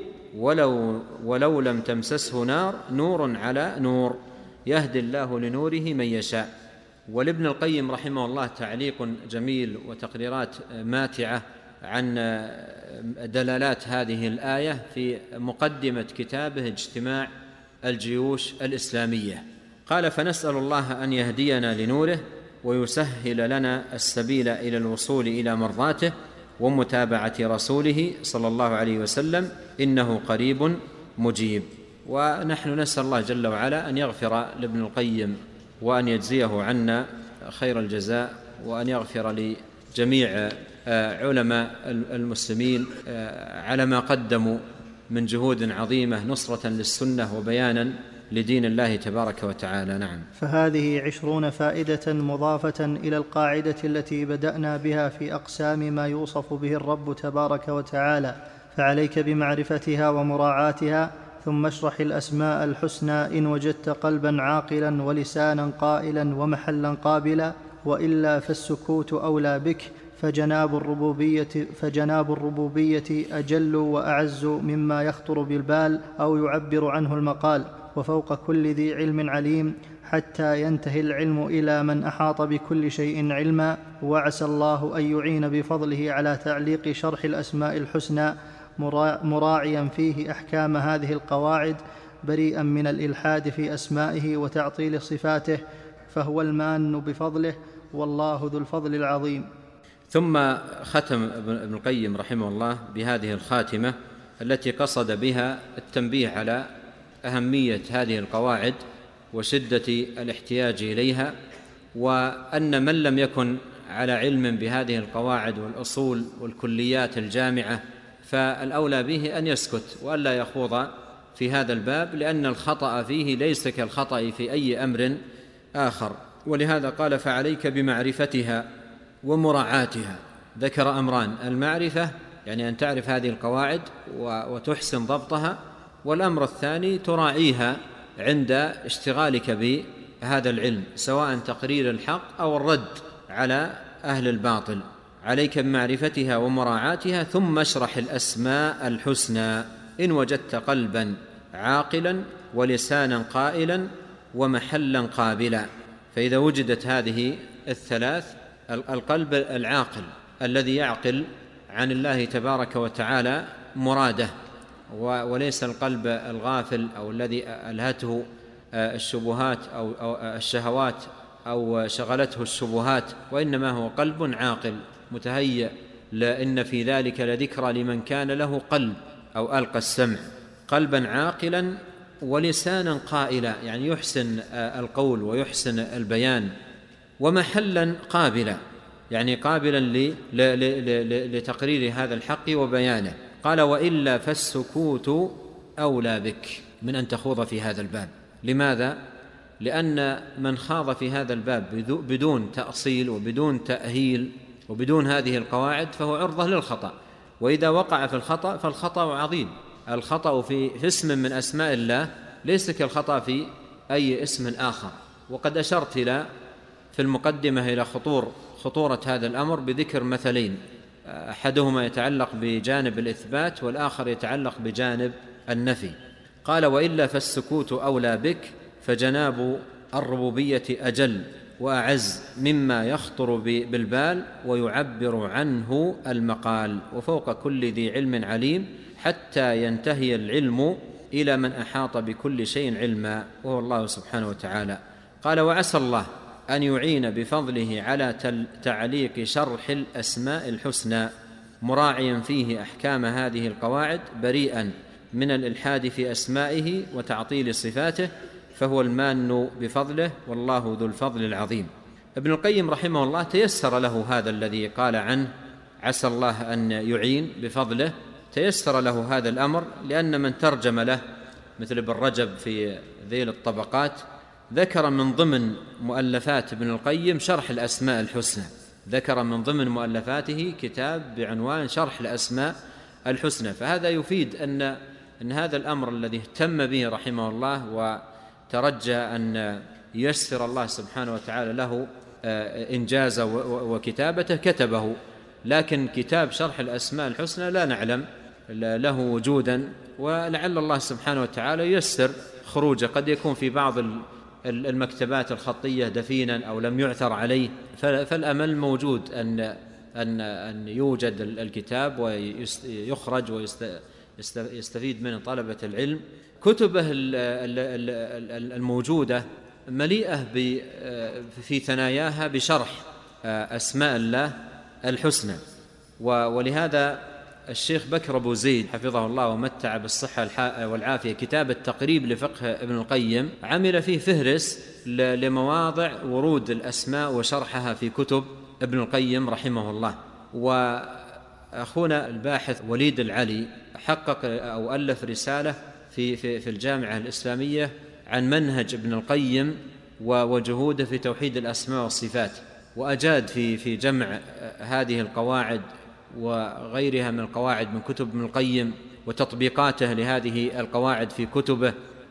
ولو لم تمسسه نار، نور على نور يهدي الله لنوره من يشاء. ولابن القيم رحمه الله تعليق جميل وتقريرات ماتعة عن دلالات هذه الآية في مقدمة كتابه اجتماع الجيوش الإسلامية. قال: فنسأل الله أن يهدينا لنوره ويسهل لنا السبيل إلى الوصول إلى مرضاته ومتابعة رسوله صلى الله عليه وسلم، إنه قريب مجيب. ونحن نسأل الله جل وعلا أن يغفر لابن القيم وأن يجزيه عنا خير الجزاء، وأن يغفر لجميع علماء المسلمين على ما قدموا من جهود عظيمة نصرة للسنة وبيانا لدين الله تبارك وتعالى. نعم. فهذه 20 فائدة مضافة إلى القاعدة التي بدأنا بها في أقسام ما يوصف به الرب تبارك وتعالى، فعليك بمعرفتها ومراعاتها، ثم اشرح الأسماء الحسنى إن وجدت قلبا عاقلا ولسانا قائلا ومحلا قابلا، وإلا فالسكوت أولى بك، فجناب الربوبية أجل وأعز مما يخطر بالبال أو يعبر عنه المقال، وفوق كل ذي علم عليم، حتى ينتهي العلم إلى من أحاط بكل شيء علما. وعسى الله أن يعين بفضله على تعليق شرح الأسماء الحسنى مراعيا فيه أحكام هذه القواعد، بريئا من الإلحاد في أسمائه وتعطيل صفاته، فهو المان بفضله، والله ذو الفضل العظيم. ثم ختم ابن القيم رحمه الله بهذه الخاتمة التي قصد بها التنبيه على أهمية هذه القواعد وشدة الاحتياج إليها، وأن من لم يكن على علم بهذه القواعد والأصول والكليات الجامعة فالأولى به أن يسكت وألا يخوض في هذا الباب، لأن الخطأ فيه ليس كالخطأ في أي أمر آخر. ولهذا قال: فعليك بمعرفتها ومراعاتها. ذكر أمران: المعرفة يعني أن تعرف هذه القواعد وتحسن ضبطها، والأمر الثاني تراعيها عند اشتغالك بهذا العلم، سواء تقرير الحق أو الرد على أهل الباطل. عليك بمعرفتها ومراعاتها، ثم اشرح الأسماء الحسنى إن وجدت قلبا عاقلا ولسانا قائلا ومحلا قابلا. فإذا وجدت هذه الثلاث: القلب العاقل الذي يعقل عن الله تبارك وتعالى مراده، وليس القلب الغافل أو الذي ألهته الشبهات أو الشهوات أو شغلته الشبهات، وإنما هو قلب عاقل متهيأ، لأن في ذلك لذكرى لمن كان له قلب أو ألقى السمع. قلبا عاقلا ولسانا قائلا، يعني يحسن القول ويحسن البيان. ومحلا قابلا، يعني قابلا لتقرير هذا الحق وبيانه. قال: وإلا فالسكوت أولى بك من أن تخوض في هذا الباب. لماذا؟ لأن من خاض في هذا الباب بدون تأصيل وبدون تأهيل وبدون هذه القواعد فهو عرضة للخطأ، وإذا وقع في الخطأ فالخطأ عظيم. الخطأ في اسم من أسماء الله ليس كالخطأ في أي اسم آخر. وقد أشرت في المقدمة إلى خطورة هذا الأمر بذكر مثلين، أحدهما يتعلق بجانب الإثبات والآخر يتعلق بجانب النفي. قال: وإلا فالسكوت أولى بك، فجناب الربوبية أجل وأعز مما يخطر بالبال ويعبر عنه المقال، وفوق كل ذي علم عليم، حتى ينتهي العلم إلى من أحاط بكل شيء علما، وهو الله سبحانه وتعالى. قال: وعسى الله أن يعين بفضله على تعليق شرح الأسماء الحسنى، مراعيا فيه أحكام هذه القواعد، بريئا من الإلحاد في أسمائه وتعطيل صفاته، فهو المان بفضله، والله ذو الفضل العظيم. ابن القيم رحمه الله تيسر له هذا الذي قال عنه عسى الله أن يعين بفضله، تيسر له هذا الأمر، لأن من ترجم له مثل ابن رجب في ذيل الطبقات ذكر من ضمن مؤلفات ابن القيم شرح الأسماء الحسنى، ذكر من ضمن مؤلفاته كتاب بعنوان شرح الأسماء الحسنى. فهذا يفيد أن هذا الأمر الذي اهتم به رحمه الله وترجى أن ييسر الله سبحانه وتعالى له إنجازه وكتابته كتبه، لكن كتاب شرح الأسماء الحسنى لا نعلم له وجودا، ولعل الله سبحانه وتعالى ييسر خروجه. قد يكون في بعض المكتبات الخطية دفينا أو لم يعثر عليه، فالأمل موجود أن يوجد الكتاب ويخرج ويستفيد من طلبة العلم. كتبه الموجودة مليئة في ثناياها بشرح أسماء الله الحسنى، ولهذا الشيخ بكر أبو زيد حفظه الله ومتع بالصحة والعافية كتاب التقريب لفقه ابن القيم عمل فيه فهرس لمواضع ورود الأسماء وشرحها في كتب ابن القيم رحمه الله. وأخونا الباحث وليد العلي حقق أو ألف رسالة في الجامعة الإسلامية عن منهج ابن القيم وجهوده في توحيد الأسماء والصفات، وأجاد في جمع هذه القواعد وغيرها من القواعد من كتب ابن القيم وتطبيقاته لهذه القواعد في كتبه،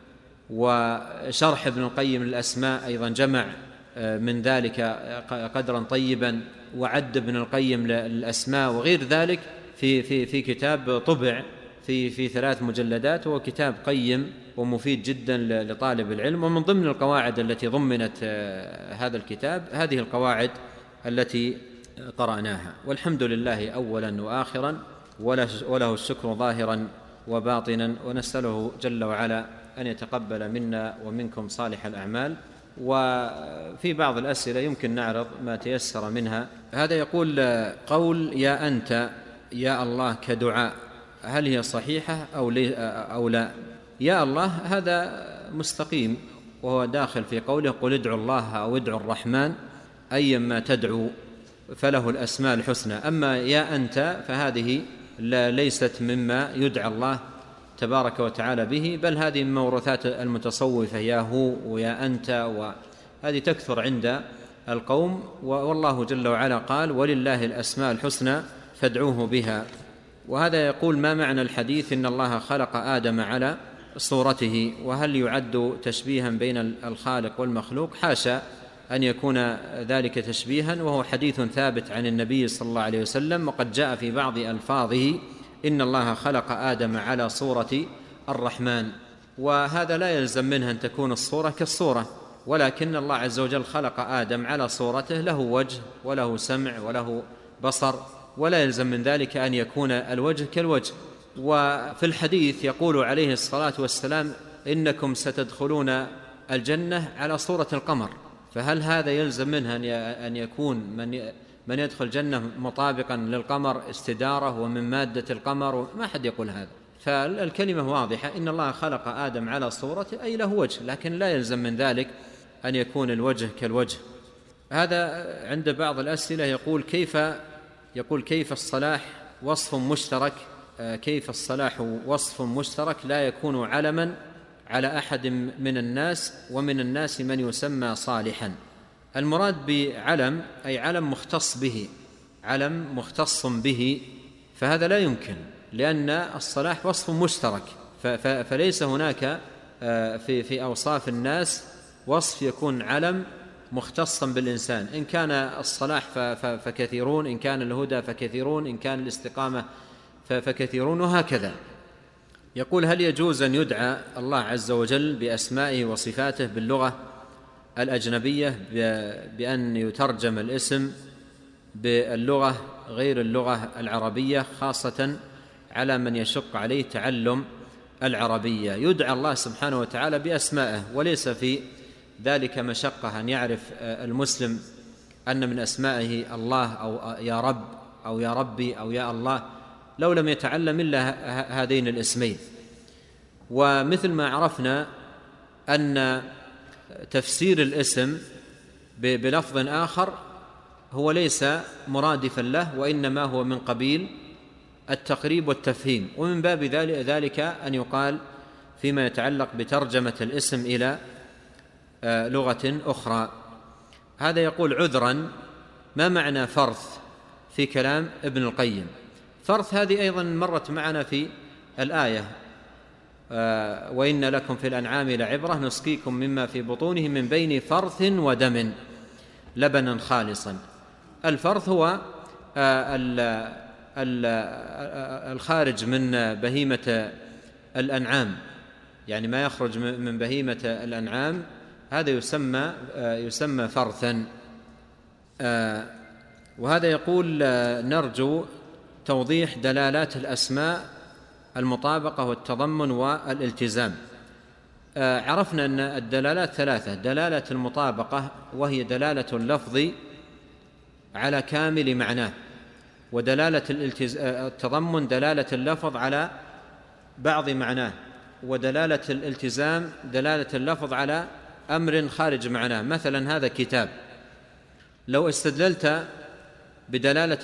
وشرح ابن القيم للأسماء أيضا جمع من ذلك قدرا طيبا، وعد ابن القيم للأسماء وغير ذلك في كتاب طبع في 3 مجلدات، وهو كتاب قيم ومفيد جدا لطالب العلم. ومن ضمن القواعد التي ضمنت هذا الكتاب هذه القواعد التي قرأناها، والحمد لله أولا وآخرا، وله الشكر ظاهرا وباطنا، ونسأله جل وعلا أن يتقبل منا ومنكم صالح الأعمال. وفي بعض الأسئلة يمكن نعرض ما تيسر منها. هذا يقول: قول يا أنت يا الله كدعاء، هل هي صحيحة أو لا؟ يا الله هذا مستقيم، وهو داخل في قوله: قل ادعوا الله أو ادعوا الرحمن أيا ما تدعو فله الأسماء الحسنى. أما يا أنت فهذه ليست مما يدعى الله تبارك وتعالى به، بل هذه من موروثات المتصوفة، يا هو ويا أنت، وهذه تكثر عند القوم. والله جل وعلا قال: ولله الأسماء الحسنى فادعوه بها. وهذا يقول: ما معنى الحديث إن الله خلق آدم على صورته؟ وهل يعد تشبيها بين الخالق والمخلوق؟ حاشا أن يكون ذلك تشبيها، وهو حديث ثابت عن النبي صلى الله عليه وسلم، وقد جاء في بعض ألفاظه إن الله خلق آدم على صورة الرحمن. وهذا لا يلزم منها أن تكون الصورة كالصورة، ولكن الله عز وجل خلق آدم على صورته، له وجه وله سمع وله بصر، ولا يلزم من ذلك أن يكون الوجه كالوجه. وفي الحديث يقول عليه الصلاة والسلام: إنكم ستدخلون الجنة على صورة القمر. فهل هذا يلزم منها أن يكون من يدخل الجنة مطابقا للقمر استدارة ومن مادة القمر؟ ما حد يقول هذا. فالكلمة واضحة: إن الله خلق آدم على صورته، أي له وجه، لكن لا يلزم من ذلك أن يكون الوجه كالوجه. هذا عند بعض الأسئلة يقول كيف الصلاح وصف مشترك، كيف الصلاح وصف مشترك لا يكون علما على أحد من الناس، ومن الناس من يسمى صالحا؟ المراد بعلم أي علم مختص به، علم مختص به، فهذا لا يمكن، لأن الصلاح وصف مشترك، فليس هناك في أوصاف الناس وصف يكون علم مختصا بالإنسان. إن كان الصلاح فكثيرون، إن كان الهدى فكثيرون، إن كان الاستقامة فكثيرون، وهكذا. يقول: هل يجوز أن يدعى الله عز وجل بأسمائه وصفاته باللغة الأجنبية بأن يترجم الاسم باللغة غير اللغة العربية، خاصة على من يشق عليه تعلم العربية؟ يدعى الله سبحانه وتعالى بأسمائه، وليس في ذلك مشقة أن يعرف المسلم أن من أسمائه الله أو يا رب أو يا ربي أو يا الله، لو لم يتعلم إلا هذين الاسمين. ومثل ما عرفنا أن تفسير الاسم بلفظ آخر هو ليس مرادفا له، وإنما هو من قبيل التقريب والتفهيم، ومن باب ذلك أن يقال فيما يتعلق بترجمة الاسم إلى لغة أخرى. هذا يقول: عذرا، ما معنى فرث في كلام ابن القيم؟ فرث هذه أيضا مرت معنا في الآية: وإن لكم في الأنعام لعبرة نسقيكم مما في بطونه من بين فرث ودم لبنا خالصا. الفرث هو الخارج من بهيمة الأنعام، يعني ما يخرج من بهيمة الأنعام، هذا يسمى فرثا. وهذا يقول: نرجو توضيح دلالات الأسماء، المطابقة والتضمن والالتزام. عرفنا أن الدلالات ثلاثة: دلالة المطابقة وهي دلالة اللفظ على كامل معناه، ودلالة التضمن دلالة اللفظ على بعض معناه، ودلالة الالتزام دلالة اللفظ على أمر خارج معناه. مثلا هذا كتاب، لو استدللت بدلالة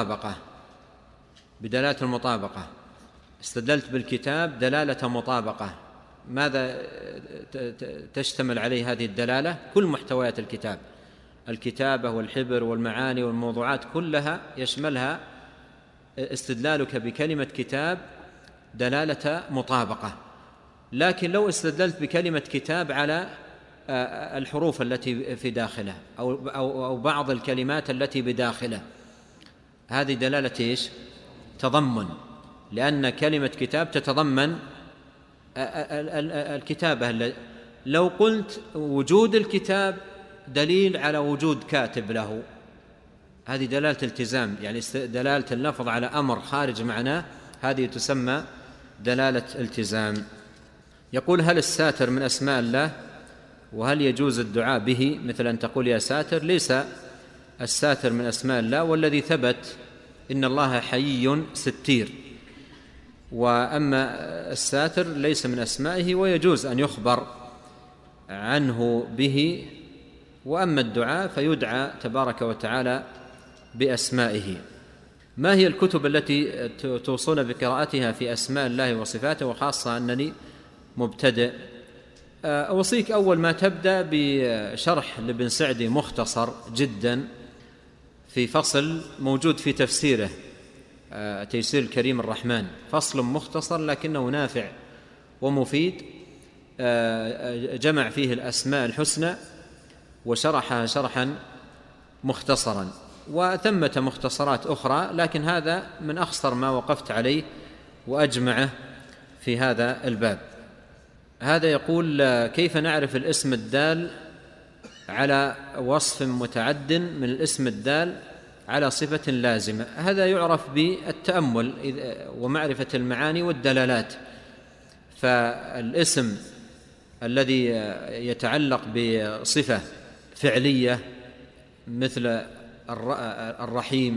المطابقة استدللت بالكتاب دلالة مطابقة، ماذا تشتمل عليه هذه الدلالة؟ كل محتويات الكتاب، الكتابة والحبر والمعاني والموضوعات كلها يشملها استدلالك بكلمة كتاب دلالة مطابقة. لكن لو استدللت بكلمة كتاب على الحروف التي في داخله أو بعض الكلمات التي بداخله، هذه دلالة إيش؟ تضمن، لأن كلمة كتاب تتضمن الكتابة. لو قلت وجود الكتاب دليل على وجود كاتب له، هذه دلالة التزام، يعني دلالة اللفظ على أمر خارج معناه، هذه تسمى دلالة التزام. يقول: هل الساتر من أسماء الله؟ وهل يجوز الدعاء به مثل أن تقول يا ساتر؟ ليس الساتر من أسماء الله، والذي ثبت إن الله حيي ستير، وأما الساتر ليس من أسمائه ويجوز أن يخبر عنه به. وأما الدعاء فيدعى تبارك وتعالى بأسمائه. ما هي الكتب التي توصون بقراءتها في أسماء الله وصفاته، وخاصة أنني مبتدئ؟ أوصيك أول ما تبدأ بشرح لابن سعدي مختصر جدا في فصل موجود في تفسيره تيسير الكريم الرحمن، فصل مختصر لكنه نافع ومفيد، جمع فيه الأسماء الحسنى وشرحها شرحا مختصرا. وثمة مختصرات أخرى، لكن هذا من أخصر ما وقفت عليه وأجمعه في هذا الباب. هذا يقول: كيف نعرف الاسم الدال على وصف متعد من الاسم الدال على صفة لازمة؟ هذا يعرف بالتأمل ومعرفة المعاني والدلالات. فالاسم الذي يتعلق بصفة فعلية مثل الرحيم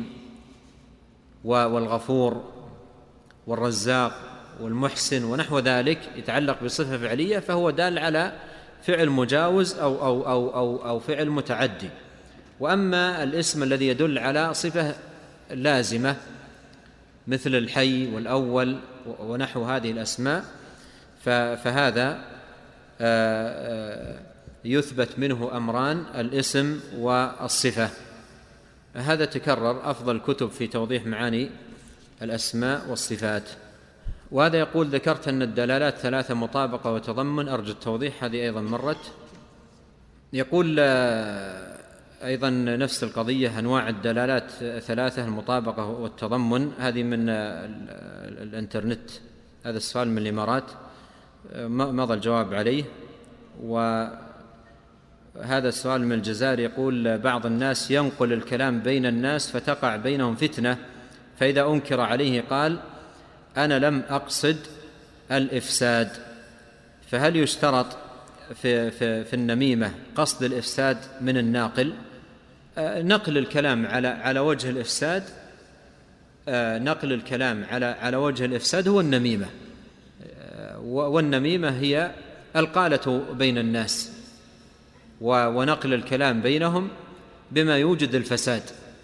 والغفور والرزاق والمحسن ونحو ذلك، يتعلق بصفة فعلية، فهو دال على فعل مجاوز أو فعل متعدي. وأما الاسم الذي يدل على صفة لازمة مثل الحي والأول ونحو هذه الأسماء، فهذا يثبت منه أمران: الاسم والصفة. هذا تكرر أفضل كتب في توضيح معاني الأسماء والصفات. وهذا يقول: ذكرت أن الدلالات ثلاثة: مطابقة وتضمن، أرجو التوضيح. هذه أيضا مرت. يقول أيضا نفس القضية: أنواع الدلالات ثلاثة: المطابقة والتضمن. هذه من الإنترنت هذا السؤال من الإمارات، مضى الجواب عليه. وهذا السؤال من الجزائر يقول: بعض الناس ينقل الكلام بين الناس فتقع بينهم فتنة، فإذا أنكر عليه قال: أنا لم أقصد الإفساد. فهل يشترط في النميمة قصد الإفساد من الناقل؟ نقل الكلام على وجه الإفساد، نقل الكلام على وجه الإفساد هو النميمة، والنميمة هي القالة بين الناس ونقل الكلام بينهم بما يوجد الفساد.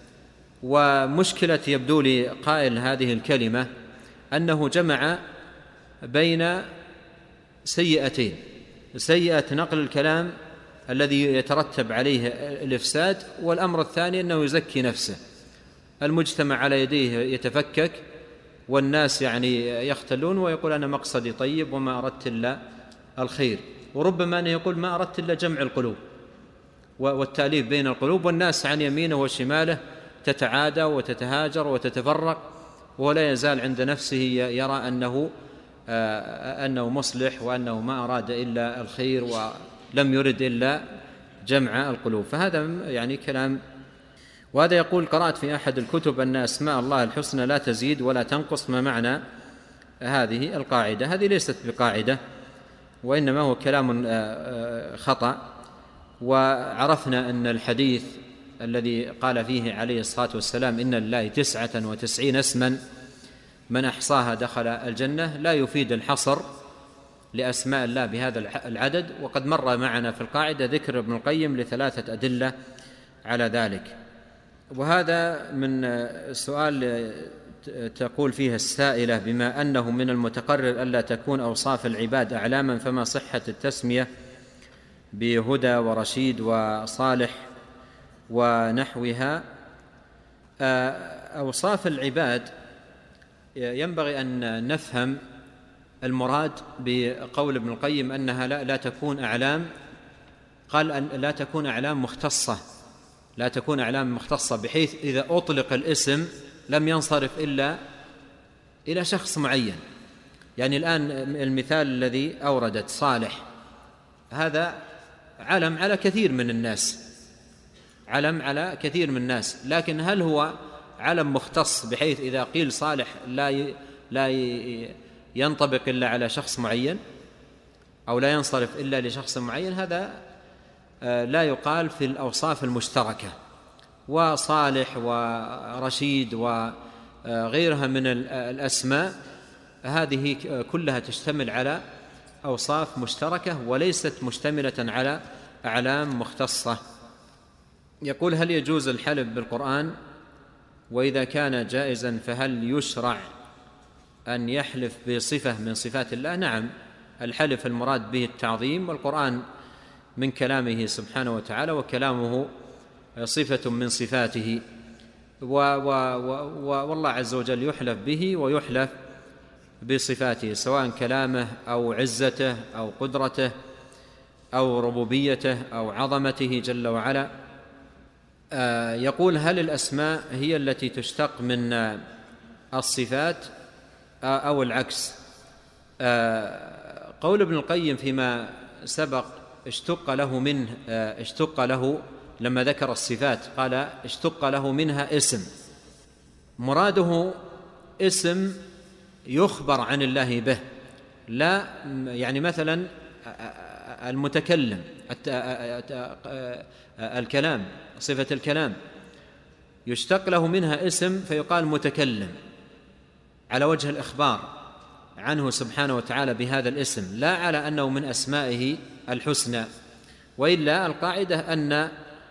ومشكلة يبدو لي قائل هذه الكلمة أنه جمع بين سيئتين: سيئة نقل الكلام الذي يترتب عليه الإفساد، والأمر الثاني أنه يزكي نفسه. المجتمع على يديه يتفكك، والناس يختلون ويقول: أنا مقصدي طيب وما أردت إلا الخير. وربما أنه يقول: ما أردت إلا جمع القلوب والتأليف بين القلوب، والناس عن يمينه وشماله تتعادى وتتهاجر وتتفرق، ولا يزال عند نفسه يرى أنه مصلح، وأنه ما أراد إلا الخير ولم يرد إلا جمع القلوب. فهذا كلام. وهذا يقول: قرأت في أحد الكتب أن أسماء الله الحسنى لا تزيد ولا تنقص. ما معنى هذه القاعدة؟ هذه ليست بقاعدة، وإنما هو كلام خطأ. وعرفنا أن الحديث الذي قال فيه عليه الصلاة والسلام: إن لله 99 اسما من أحصاها دخل الجنة، لا يفيد الحصر لأسماء الله بهذا العدد. وقد مر معنا في القاعدة ذكر ابن القيم ل3 أدلة على ذلك. وهذا من سؤال تقول فيها السائلة: بما أنه من المتقرر ألا تكون أوصاف العباد أعلاما، فما صحة التسمية بهدى ورشيد وصالح ونحوها؟ أوصاف العباد ينبغي أن نفهم المراد بقول ابن القيم أنها لا تكون أعلام. قال أن لا تكون أعلام مختصة، لا تكون أعلام مختصة بحيث إذا أطلق الاسم لم ينصرف إلا إلى شخص معين. الآن المثال الذي أوردت صالح، هذا علم على كثير من الناس، علم على كثير من الناس، لكن هل هو علم مختص بحيث إذا قيل صالح لا ينطبق إلا على شخص معين أو لا ينصرف إلا لشخص معين؟ هذا لا يقال في الأوصاف المشتركة. وصالح ورشيد وغيرها من الأسماء هذه كلها تشتمل على أوصاف مشتركة وليست مشتملة على أعلام مختصة. يقول: هل يجوز الحلف بالقرآن؟ وإذا كان جائزا فهل يشرع أن يحلف بصفة من صفات الله؟ نعم، الحلف المراد به التعظيم، والقرآن من كلامه سبحانه وتعالى، وكلامه صفة من صفاته، والله عز وجل يحلف به ويحلف بصفاته، سواء كلامه أو عزته أو قدرته أو ربوبيته أو عظمته جل وعلا. يقول: هل الأسماء هي التي تشتق من الصفات أو العكس؟ قول ابن القيم فيما سبق اشتق له لما ذكر الصفات قال: اشتق له منها اسم، مراده اسم يخبر عن الله به، لا مثلا المتكلم، الكلام، صفة الكلام يشتق له منها اسم فيقال متكلم على وجه الإخبار عنه سبحانه وتعالى بهذا الاسم، لا على أنه من أسمائه الحسنى. وإلا القاعدة أن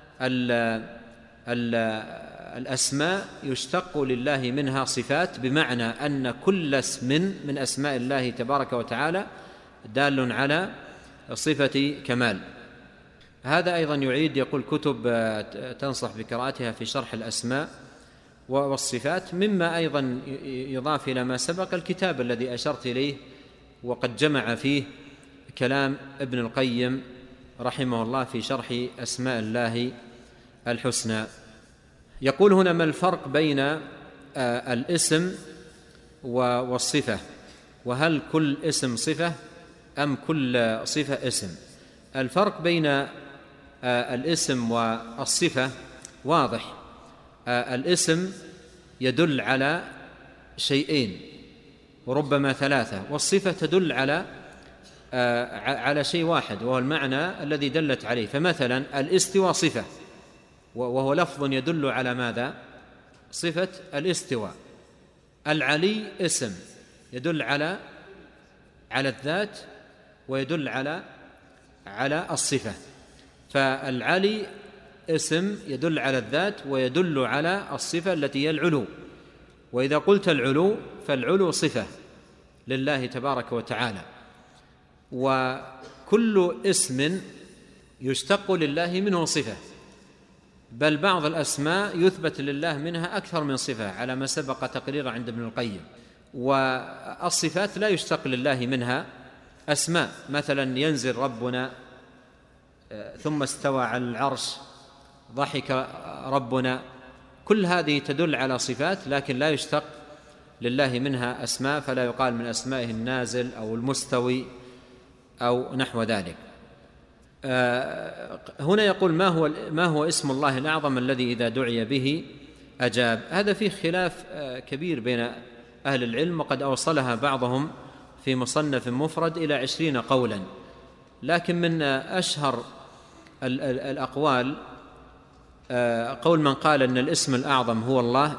الأسماء يشتق لله منها صفات، بمعنى أن كل اسم من أسماء الله تبارك وتعالى دال على صفة كمال. هذا أيضا يعيد، يقول: كتب تنصح بقراءتها في شرح الأسماء والصفات. مما أيضا يضاف إلى ما سبق الكتاب الذي أشرت إليه، وقد جمع فيه كلام ابن القيم رحمه الله في شرح أسماء الله الحسنى. يقول هنا: ما الفرق بين الاسم والصفة؟ وهل كل اسم صفة أم كل صفة اسم؟ الفرق بين الاسم والصفة واضح. الاسم يدل على شيئين وربما ثلاثة، والصفة تدل على شيء واحد وهو المعنى الذي دلت عليه. فمثلا الاستواء صفة وهو لفظ يدل على ماذا؟ صفة الاستواء. العلي اسم يدل على الذات ويدل على الصفة. فالعلي اسم يدل على الذات ويدل على الصفة التي هي العلو. وإذا قلت العلو فالعلو صفة لله تبارك وتعالى، وكل اسم يشتق لله منه صفة، بل بعض الأسماء يثبت لله منها أكثر من صفة على ما سبق تقرير عند ابن القيم. والصفات لا يشتق لله منها أسماء، مثلا ينزل ربنا ثم استوى على العرش، ضحك ربنا، كل هذه تدل على صفات لكن لا يشتق لله منها أسماء، فلا يقال من أسمائه النازل أو المستوي أو نحو ذلك. هنا يقول ما هو اسم الله الأعظم الذي إذا دعي به أجاب؟ هذا فيه خلاف كبير بين أهل العلم، وقد أوصلها بعضهم في مصنف مفرد إلى 20 قولا، لكن من أشهر الأقوال قول من قال أن الاسم الأعظم هو الله،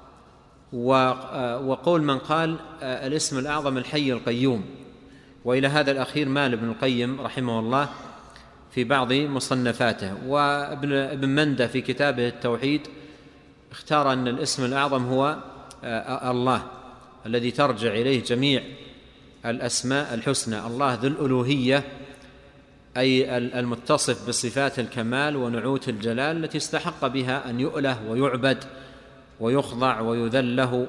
وقول من قال الاسم الأعظم الحي القيوم. وإلى هذا الأخير مال ابن القيم رحمه الله في بعض مصنفاته. وابن مندة في كتابه التوحيد اختار أن الاسم الأعظم هو الله الذي ترجع إليه جميع الأسماء الحسنى، الله ذو الألوهية، أي المتصف بصفات الكمال ونعوت الجلال التي استحق بها أن يؤله ويعبد ويخضع ويذل له.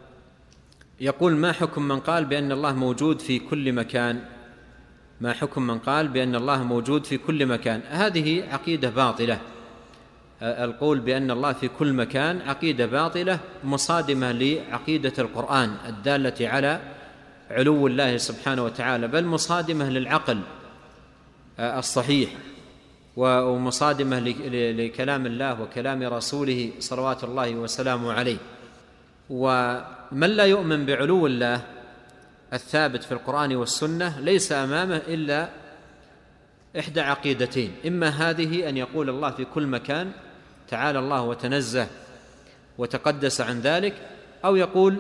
يقول ما حكم من قال بأن الله موجود في كل مكان؟ ما حكم من قال بأن الله موجود في كل مكان؟ هذه عقيدة باطلة. القول بأن الله في كل مكان عقيدة باطلة مصادمة لعقيدة القرآن الدالة على علو الله سبحانه وتعالى، بل مصادمة للعقل الصحيح ومصادمة لكلام الله وكلام رسوله صلوات الله وسلامه عليه. ومن لا يؤمن بعلو الله الثابت في القرآن والسنة ليس أمامه إلا إحدى عقيدتين: إما هذه أن يقول الله في كل مكان تعالى الله وتنزه وتقدس عن ذلك، أو يقول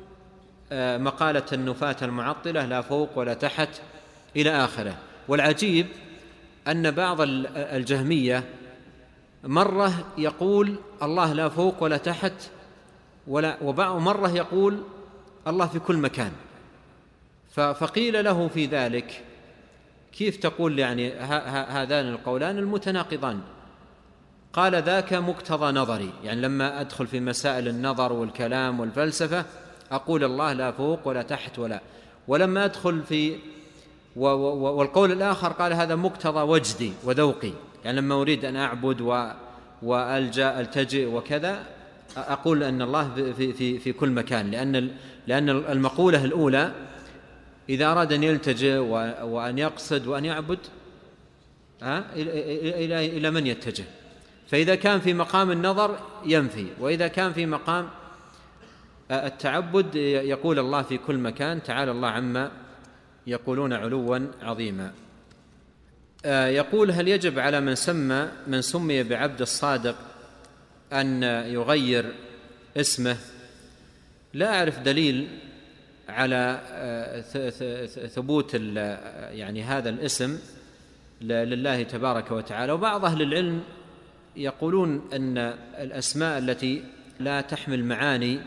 مقالة النفاة المعطلة لا فوق ولا تحت إلى آخره. والعجيب أن بعض الجهمية مرة يقول الله لا فوق ولا تحت ومرة يقول الله في كل مكان. فقيل له في ذلك: كيف تقول يعني هذان القولان المتناقضان؟ قال: ذاك مقتضى نظري، يعني لما أدخل في مسائل النظر والكلام والفلسفة أقول الله لا فوق ولا تحت ولما أدخل في والقول الآخر قال هذا مقتضى وجدي وذوقي، يعني لما أريد أن أعبد وألجأ ألتجئ وكذا أقول أن الله في كل مكان، لأن المقولة الأولى إذا أراد أن يلتجئ وأن يقصد وأن يعبد إلى من يتجه؟ فإذا كان في مقام النظر ينفي، وإذا كان في مقام التعبد يقول الله في كل مكان تعالى الله عما يقولون علوا عظيما. يقول: هل يجب على من سمي بعبد الصادق أن يغير اسمه؟ لا أعرف دليل على ثبوت يعني هذا الاسم لله تبارك وتعالى. وبعض أهل العلم يقولون أن الأسماء التي لا تحمل معاني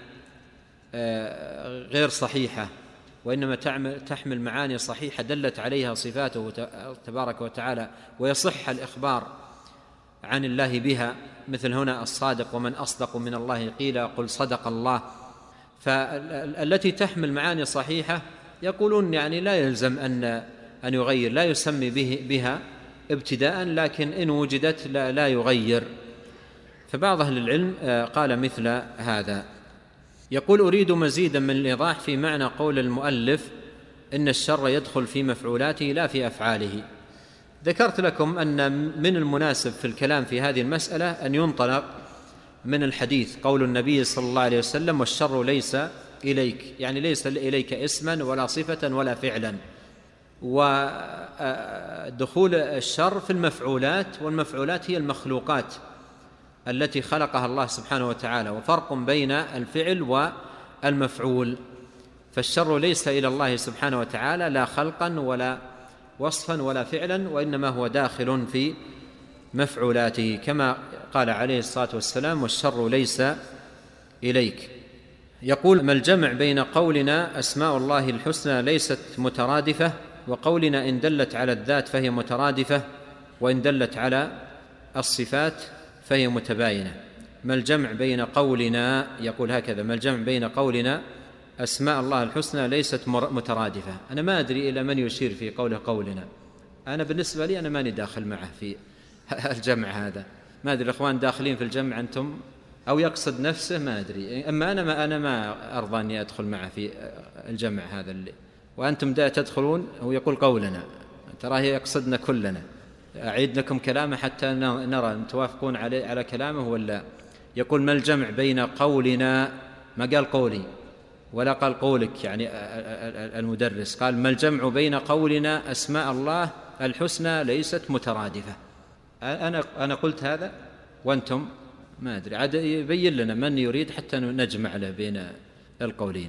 غير صحيحة وإنما تحمل معاني صحيحة دلت عليها صفاته تبارك وتعالى ويصح الإخبار عن الله بها، مثل هنا الصادق: ومن أصدق من الله قيلا قل صدق الله. فالتي تحمل معاني صحيحة يقولون يعني لا يلزم أن يغير، لا يسمي بها ابتداء، لكن إن وجدت لا يغير. فبعض أهل العلم قال مثل هذا. يقول: أريد مزيدا من الإيضاح في معنى قول المؤلف إن الشر يدخل في مفعولاته لا في أفعاله. ذكرت لكم أن من المناسب في الكلام في هذه المسألة أن ينطلق من الحديث قول النبي صلى الله عليه وسلم: والشر ليس إليك، يعني ليس إليك اسما ولا صفة ولا فعلا. ودخول الشر في المفعولات، والمفعولات هي المخلوقات التي خلقها الله سبحانه وتعالى، وفرق بين الفعل والمفعول. فالشر ليس إلى الله سبحانه وتعالى لا خلقا ولا وصفا ولا فعلا، وإنما هو داخل في مفعولاته، كما قال عليه الصلاة والسلام: والشر ليس إليك. يقول: ما الجمع بين قولنا أسماء الله الحسنى ليست مترادفة، وقولنا إن دلت على الذات فهي مترادفة، وإن دلت على الصفات فهي متباينة؟ ما الجمع بين قولنا، يقول هكذا: ما الجمع بين قولنا أسماء الله الحسنى ليست مترادفة؟ أنا ما أدري إلى من يشير في قوله قولنا. أنا بالنسبة لي أنا ماني داخل معه في الجمع هذا، ما أدري الأخوان داخلين في الجمع أنتم، أو يقصد نفسه، ما أدري. أما أنا ما أرضى أني أدخل معه في الجمع هذا اللي وأنتم تدخلون. هو يقول قولنا، تراه يقصدنا كلنا. أعيد لكم كلامه حتى نرى توافقون على كلامه ولا. يقول: ما الجمع بين قولنا، ما قال قولي ولا قال قولك، يعني المدرس قال: ما الجمع بين قولنا أسماء الله الحسنى ليست مترادفة. أنا قلت هذا وأنتم ما أدري، عاد يبين لنا من يريد حتى نجمع له بين القولين.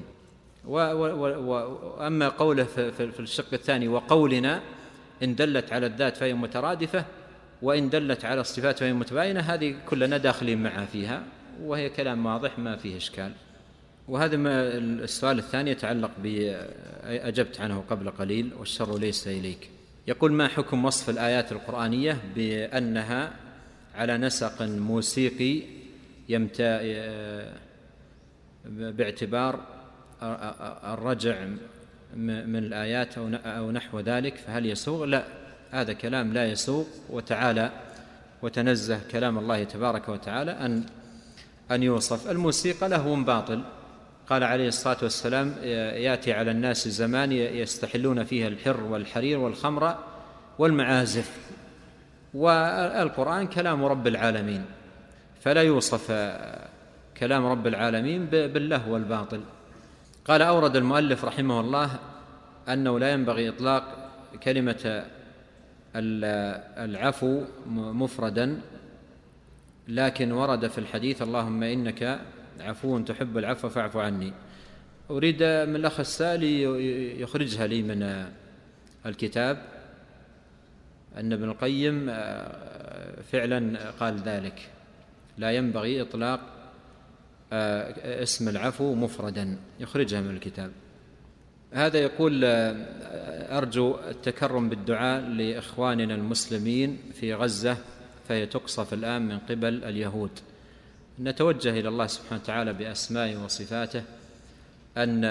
وأما قوله في الشق الثاني: وقولنا إن دلت على الذات فهي مترادفة، وإن دلت على الصفات فهي متباينة، هذه كلنا داخلين معها فيها، وهي كلام واضح ما فيه إشكال. وهذا السؤال الثاني يتعلق أجبت عنه قبل قليل: والشر ليس إليك. يقول: ما حكم وصف الآيات القرآنية بأنها على نسق موسيقي باعتبار الرجع من الآيات أو نحو ذلك، فهل يسوغ؟ لا، هذا كلام لا يسوغ. وتعالى وتنزه كلام الله تبارك وتعالى أن يوصف. الموسيقى لهو باطل. قال عليه الصلاة والسلام: يأتي على الناس زمان يستحلون فيها الحر والحرير والخمر والمعازف. والقرآن كلام رب العالمين، فلا يوصف كلام رب العالمين باللهو والباطل. قال: أورد المؤلف رحمه الله أنه لا ينبغي إطلاق كلمة العفو مفردا، لكن ورد في الحديث: اللهم إنك عفو تحب العفو فاعف عني. أريد من الأخ السالي يخرجها لي من الكتاب أن ابن القيم فعلا قال ذلك: لا ينبغي إطلاق اسم العفو مفردا، يخرجها من الكتاب. هذا يقول: أرجو التكرم بالدعاء لإخواننا المسلمين في غزة، فهي تقصف الآن من قبل اليهود. نتوجه إلى الله سبحانه وتعالى بأسمائه وصفاته أن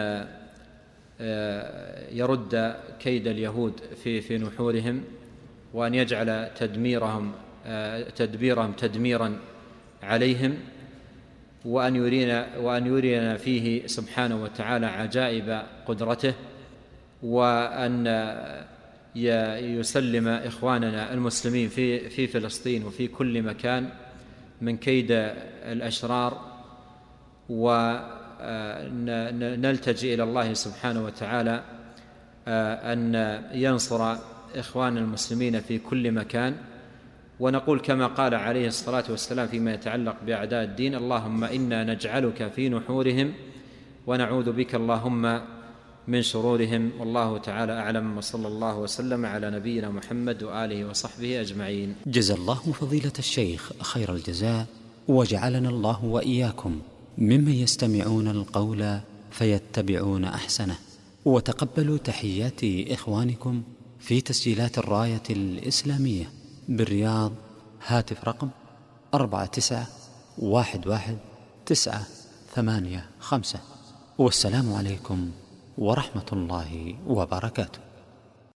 يرد كيد اليهود في نحورهم، وأن يجعل تدبيرهم تدميرا عليهم، وأن يرينا فيه سبحانه وتعالى عجائب قدرته، وأن يسلم إخواننا المسلمين في فلسطين وفي كل مكان من كيد الأشرار، ونلتجئ إلى الله سبحانه وتعالى أن ينصر إخوان المسلمين في كل مكان. ونقول كما قال عليه الصلاة والسلام فيما يتعلق بأعداء الدين: اللهم إنا نجعلك في نحورهم ونعوذ بك اللهم من شرورهم. والله تعالى أعلم، وصلى الله وسلم على نبينا محمد وآله وصحبه أجمعين. جزا الله فضيلة الشيخ خير الجزاء، وجعلنا الله وإياكم ممن يستمعون القول فيتبعون أحسنه. وتقبلوا تحيات إخوانكم في تسجيلات الراية الإسلامية بالرياض، هاتف رقم 49111985. والسلام عليكم ورحمة الله وبركاته.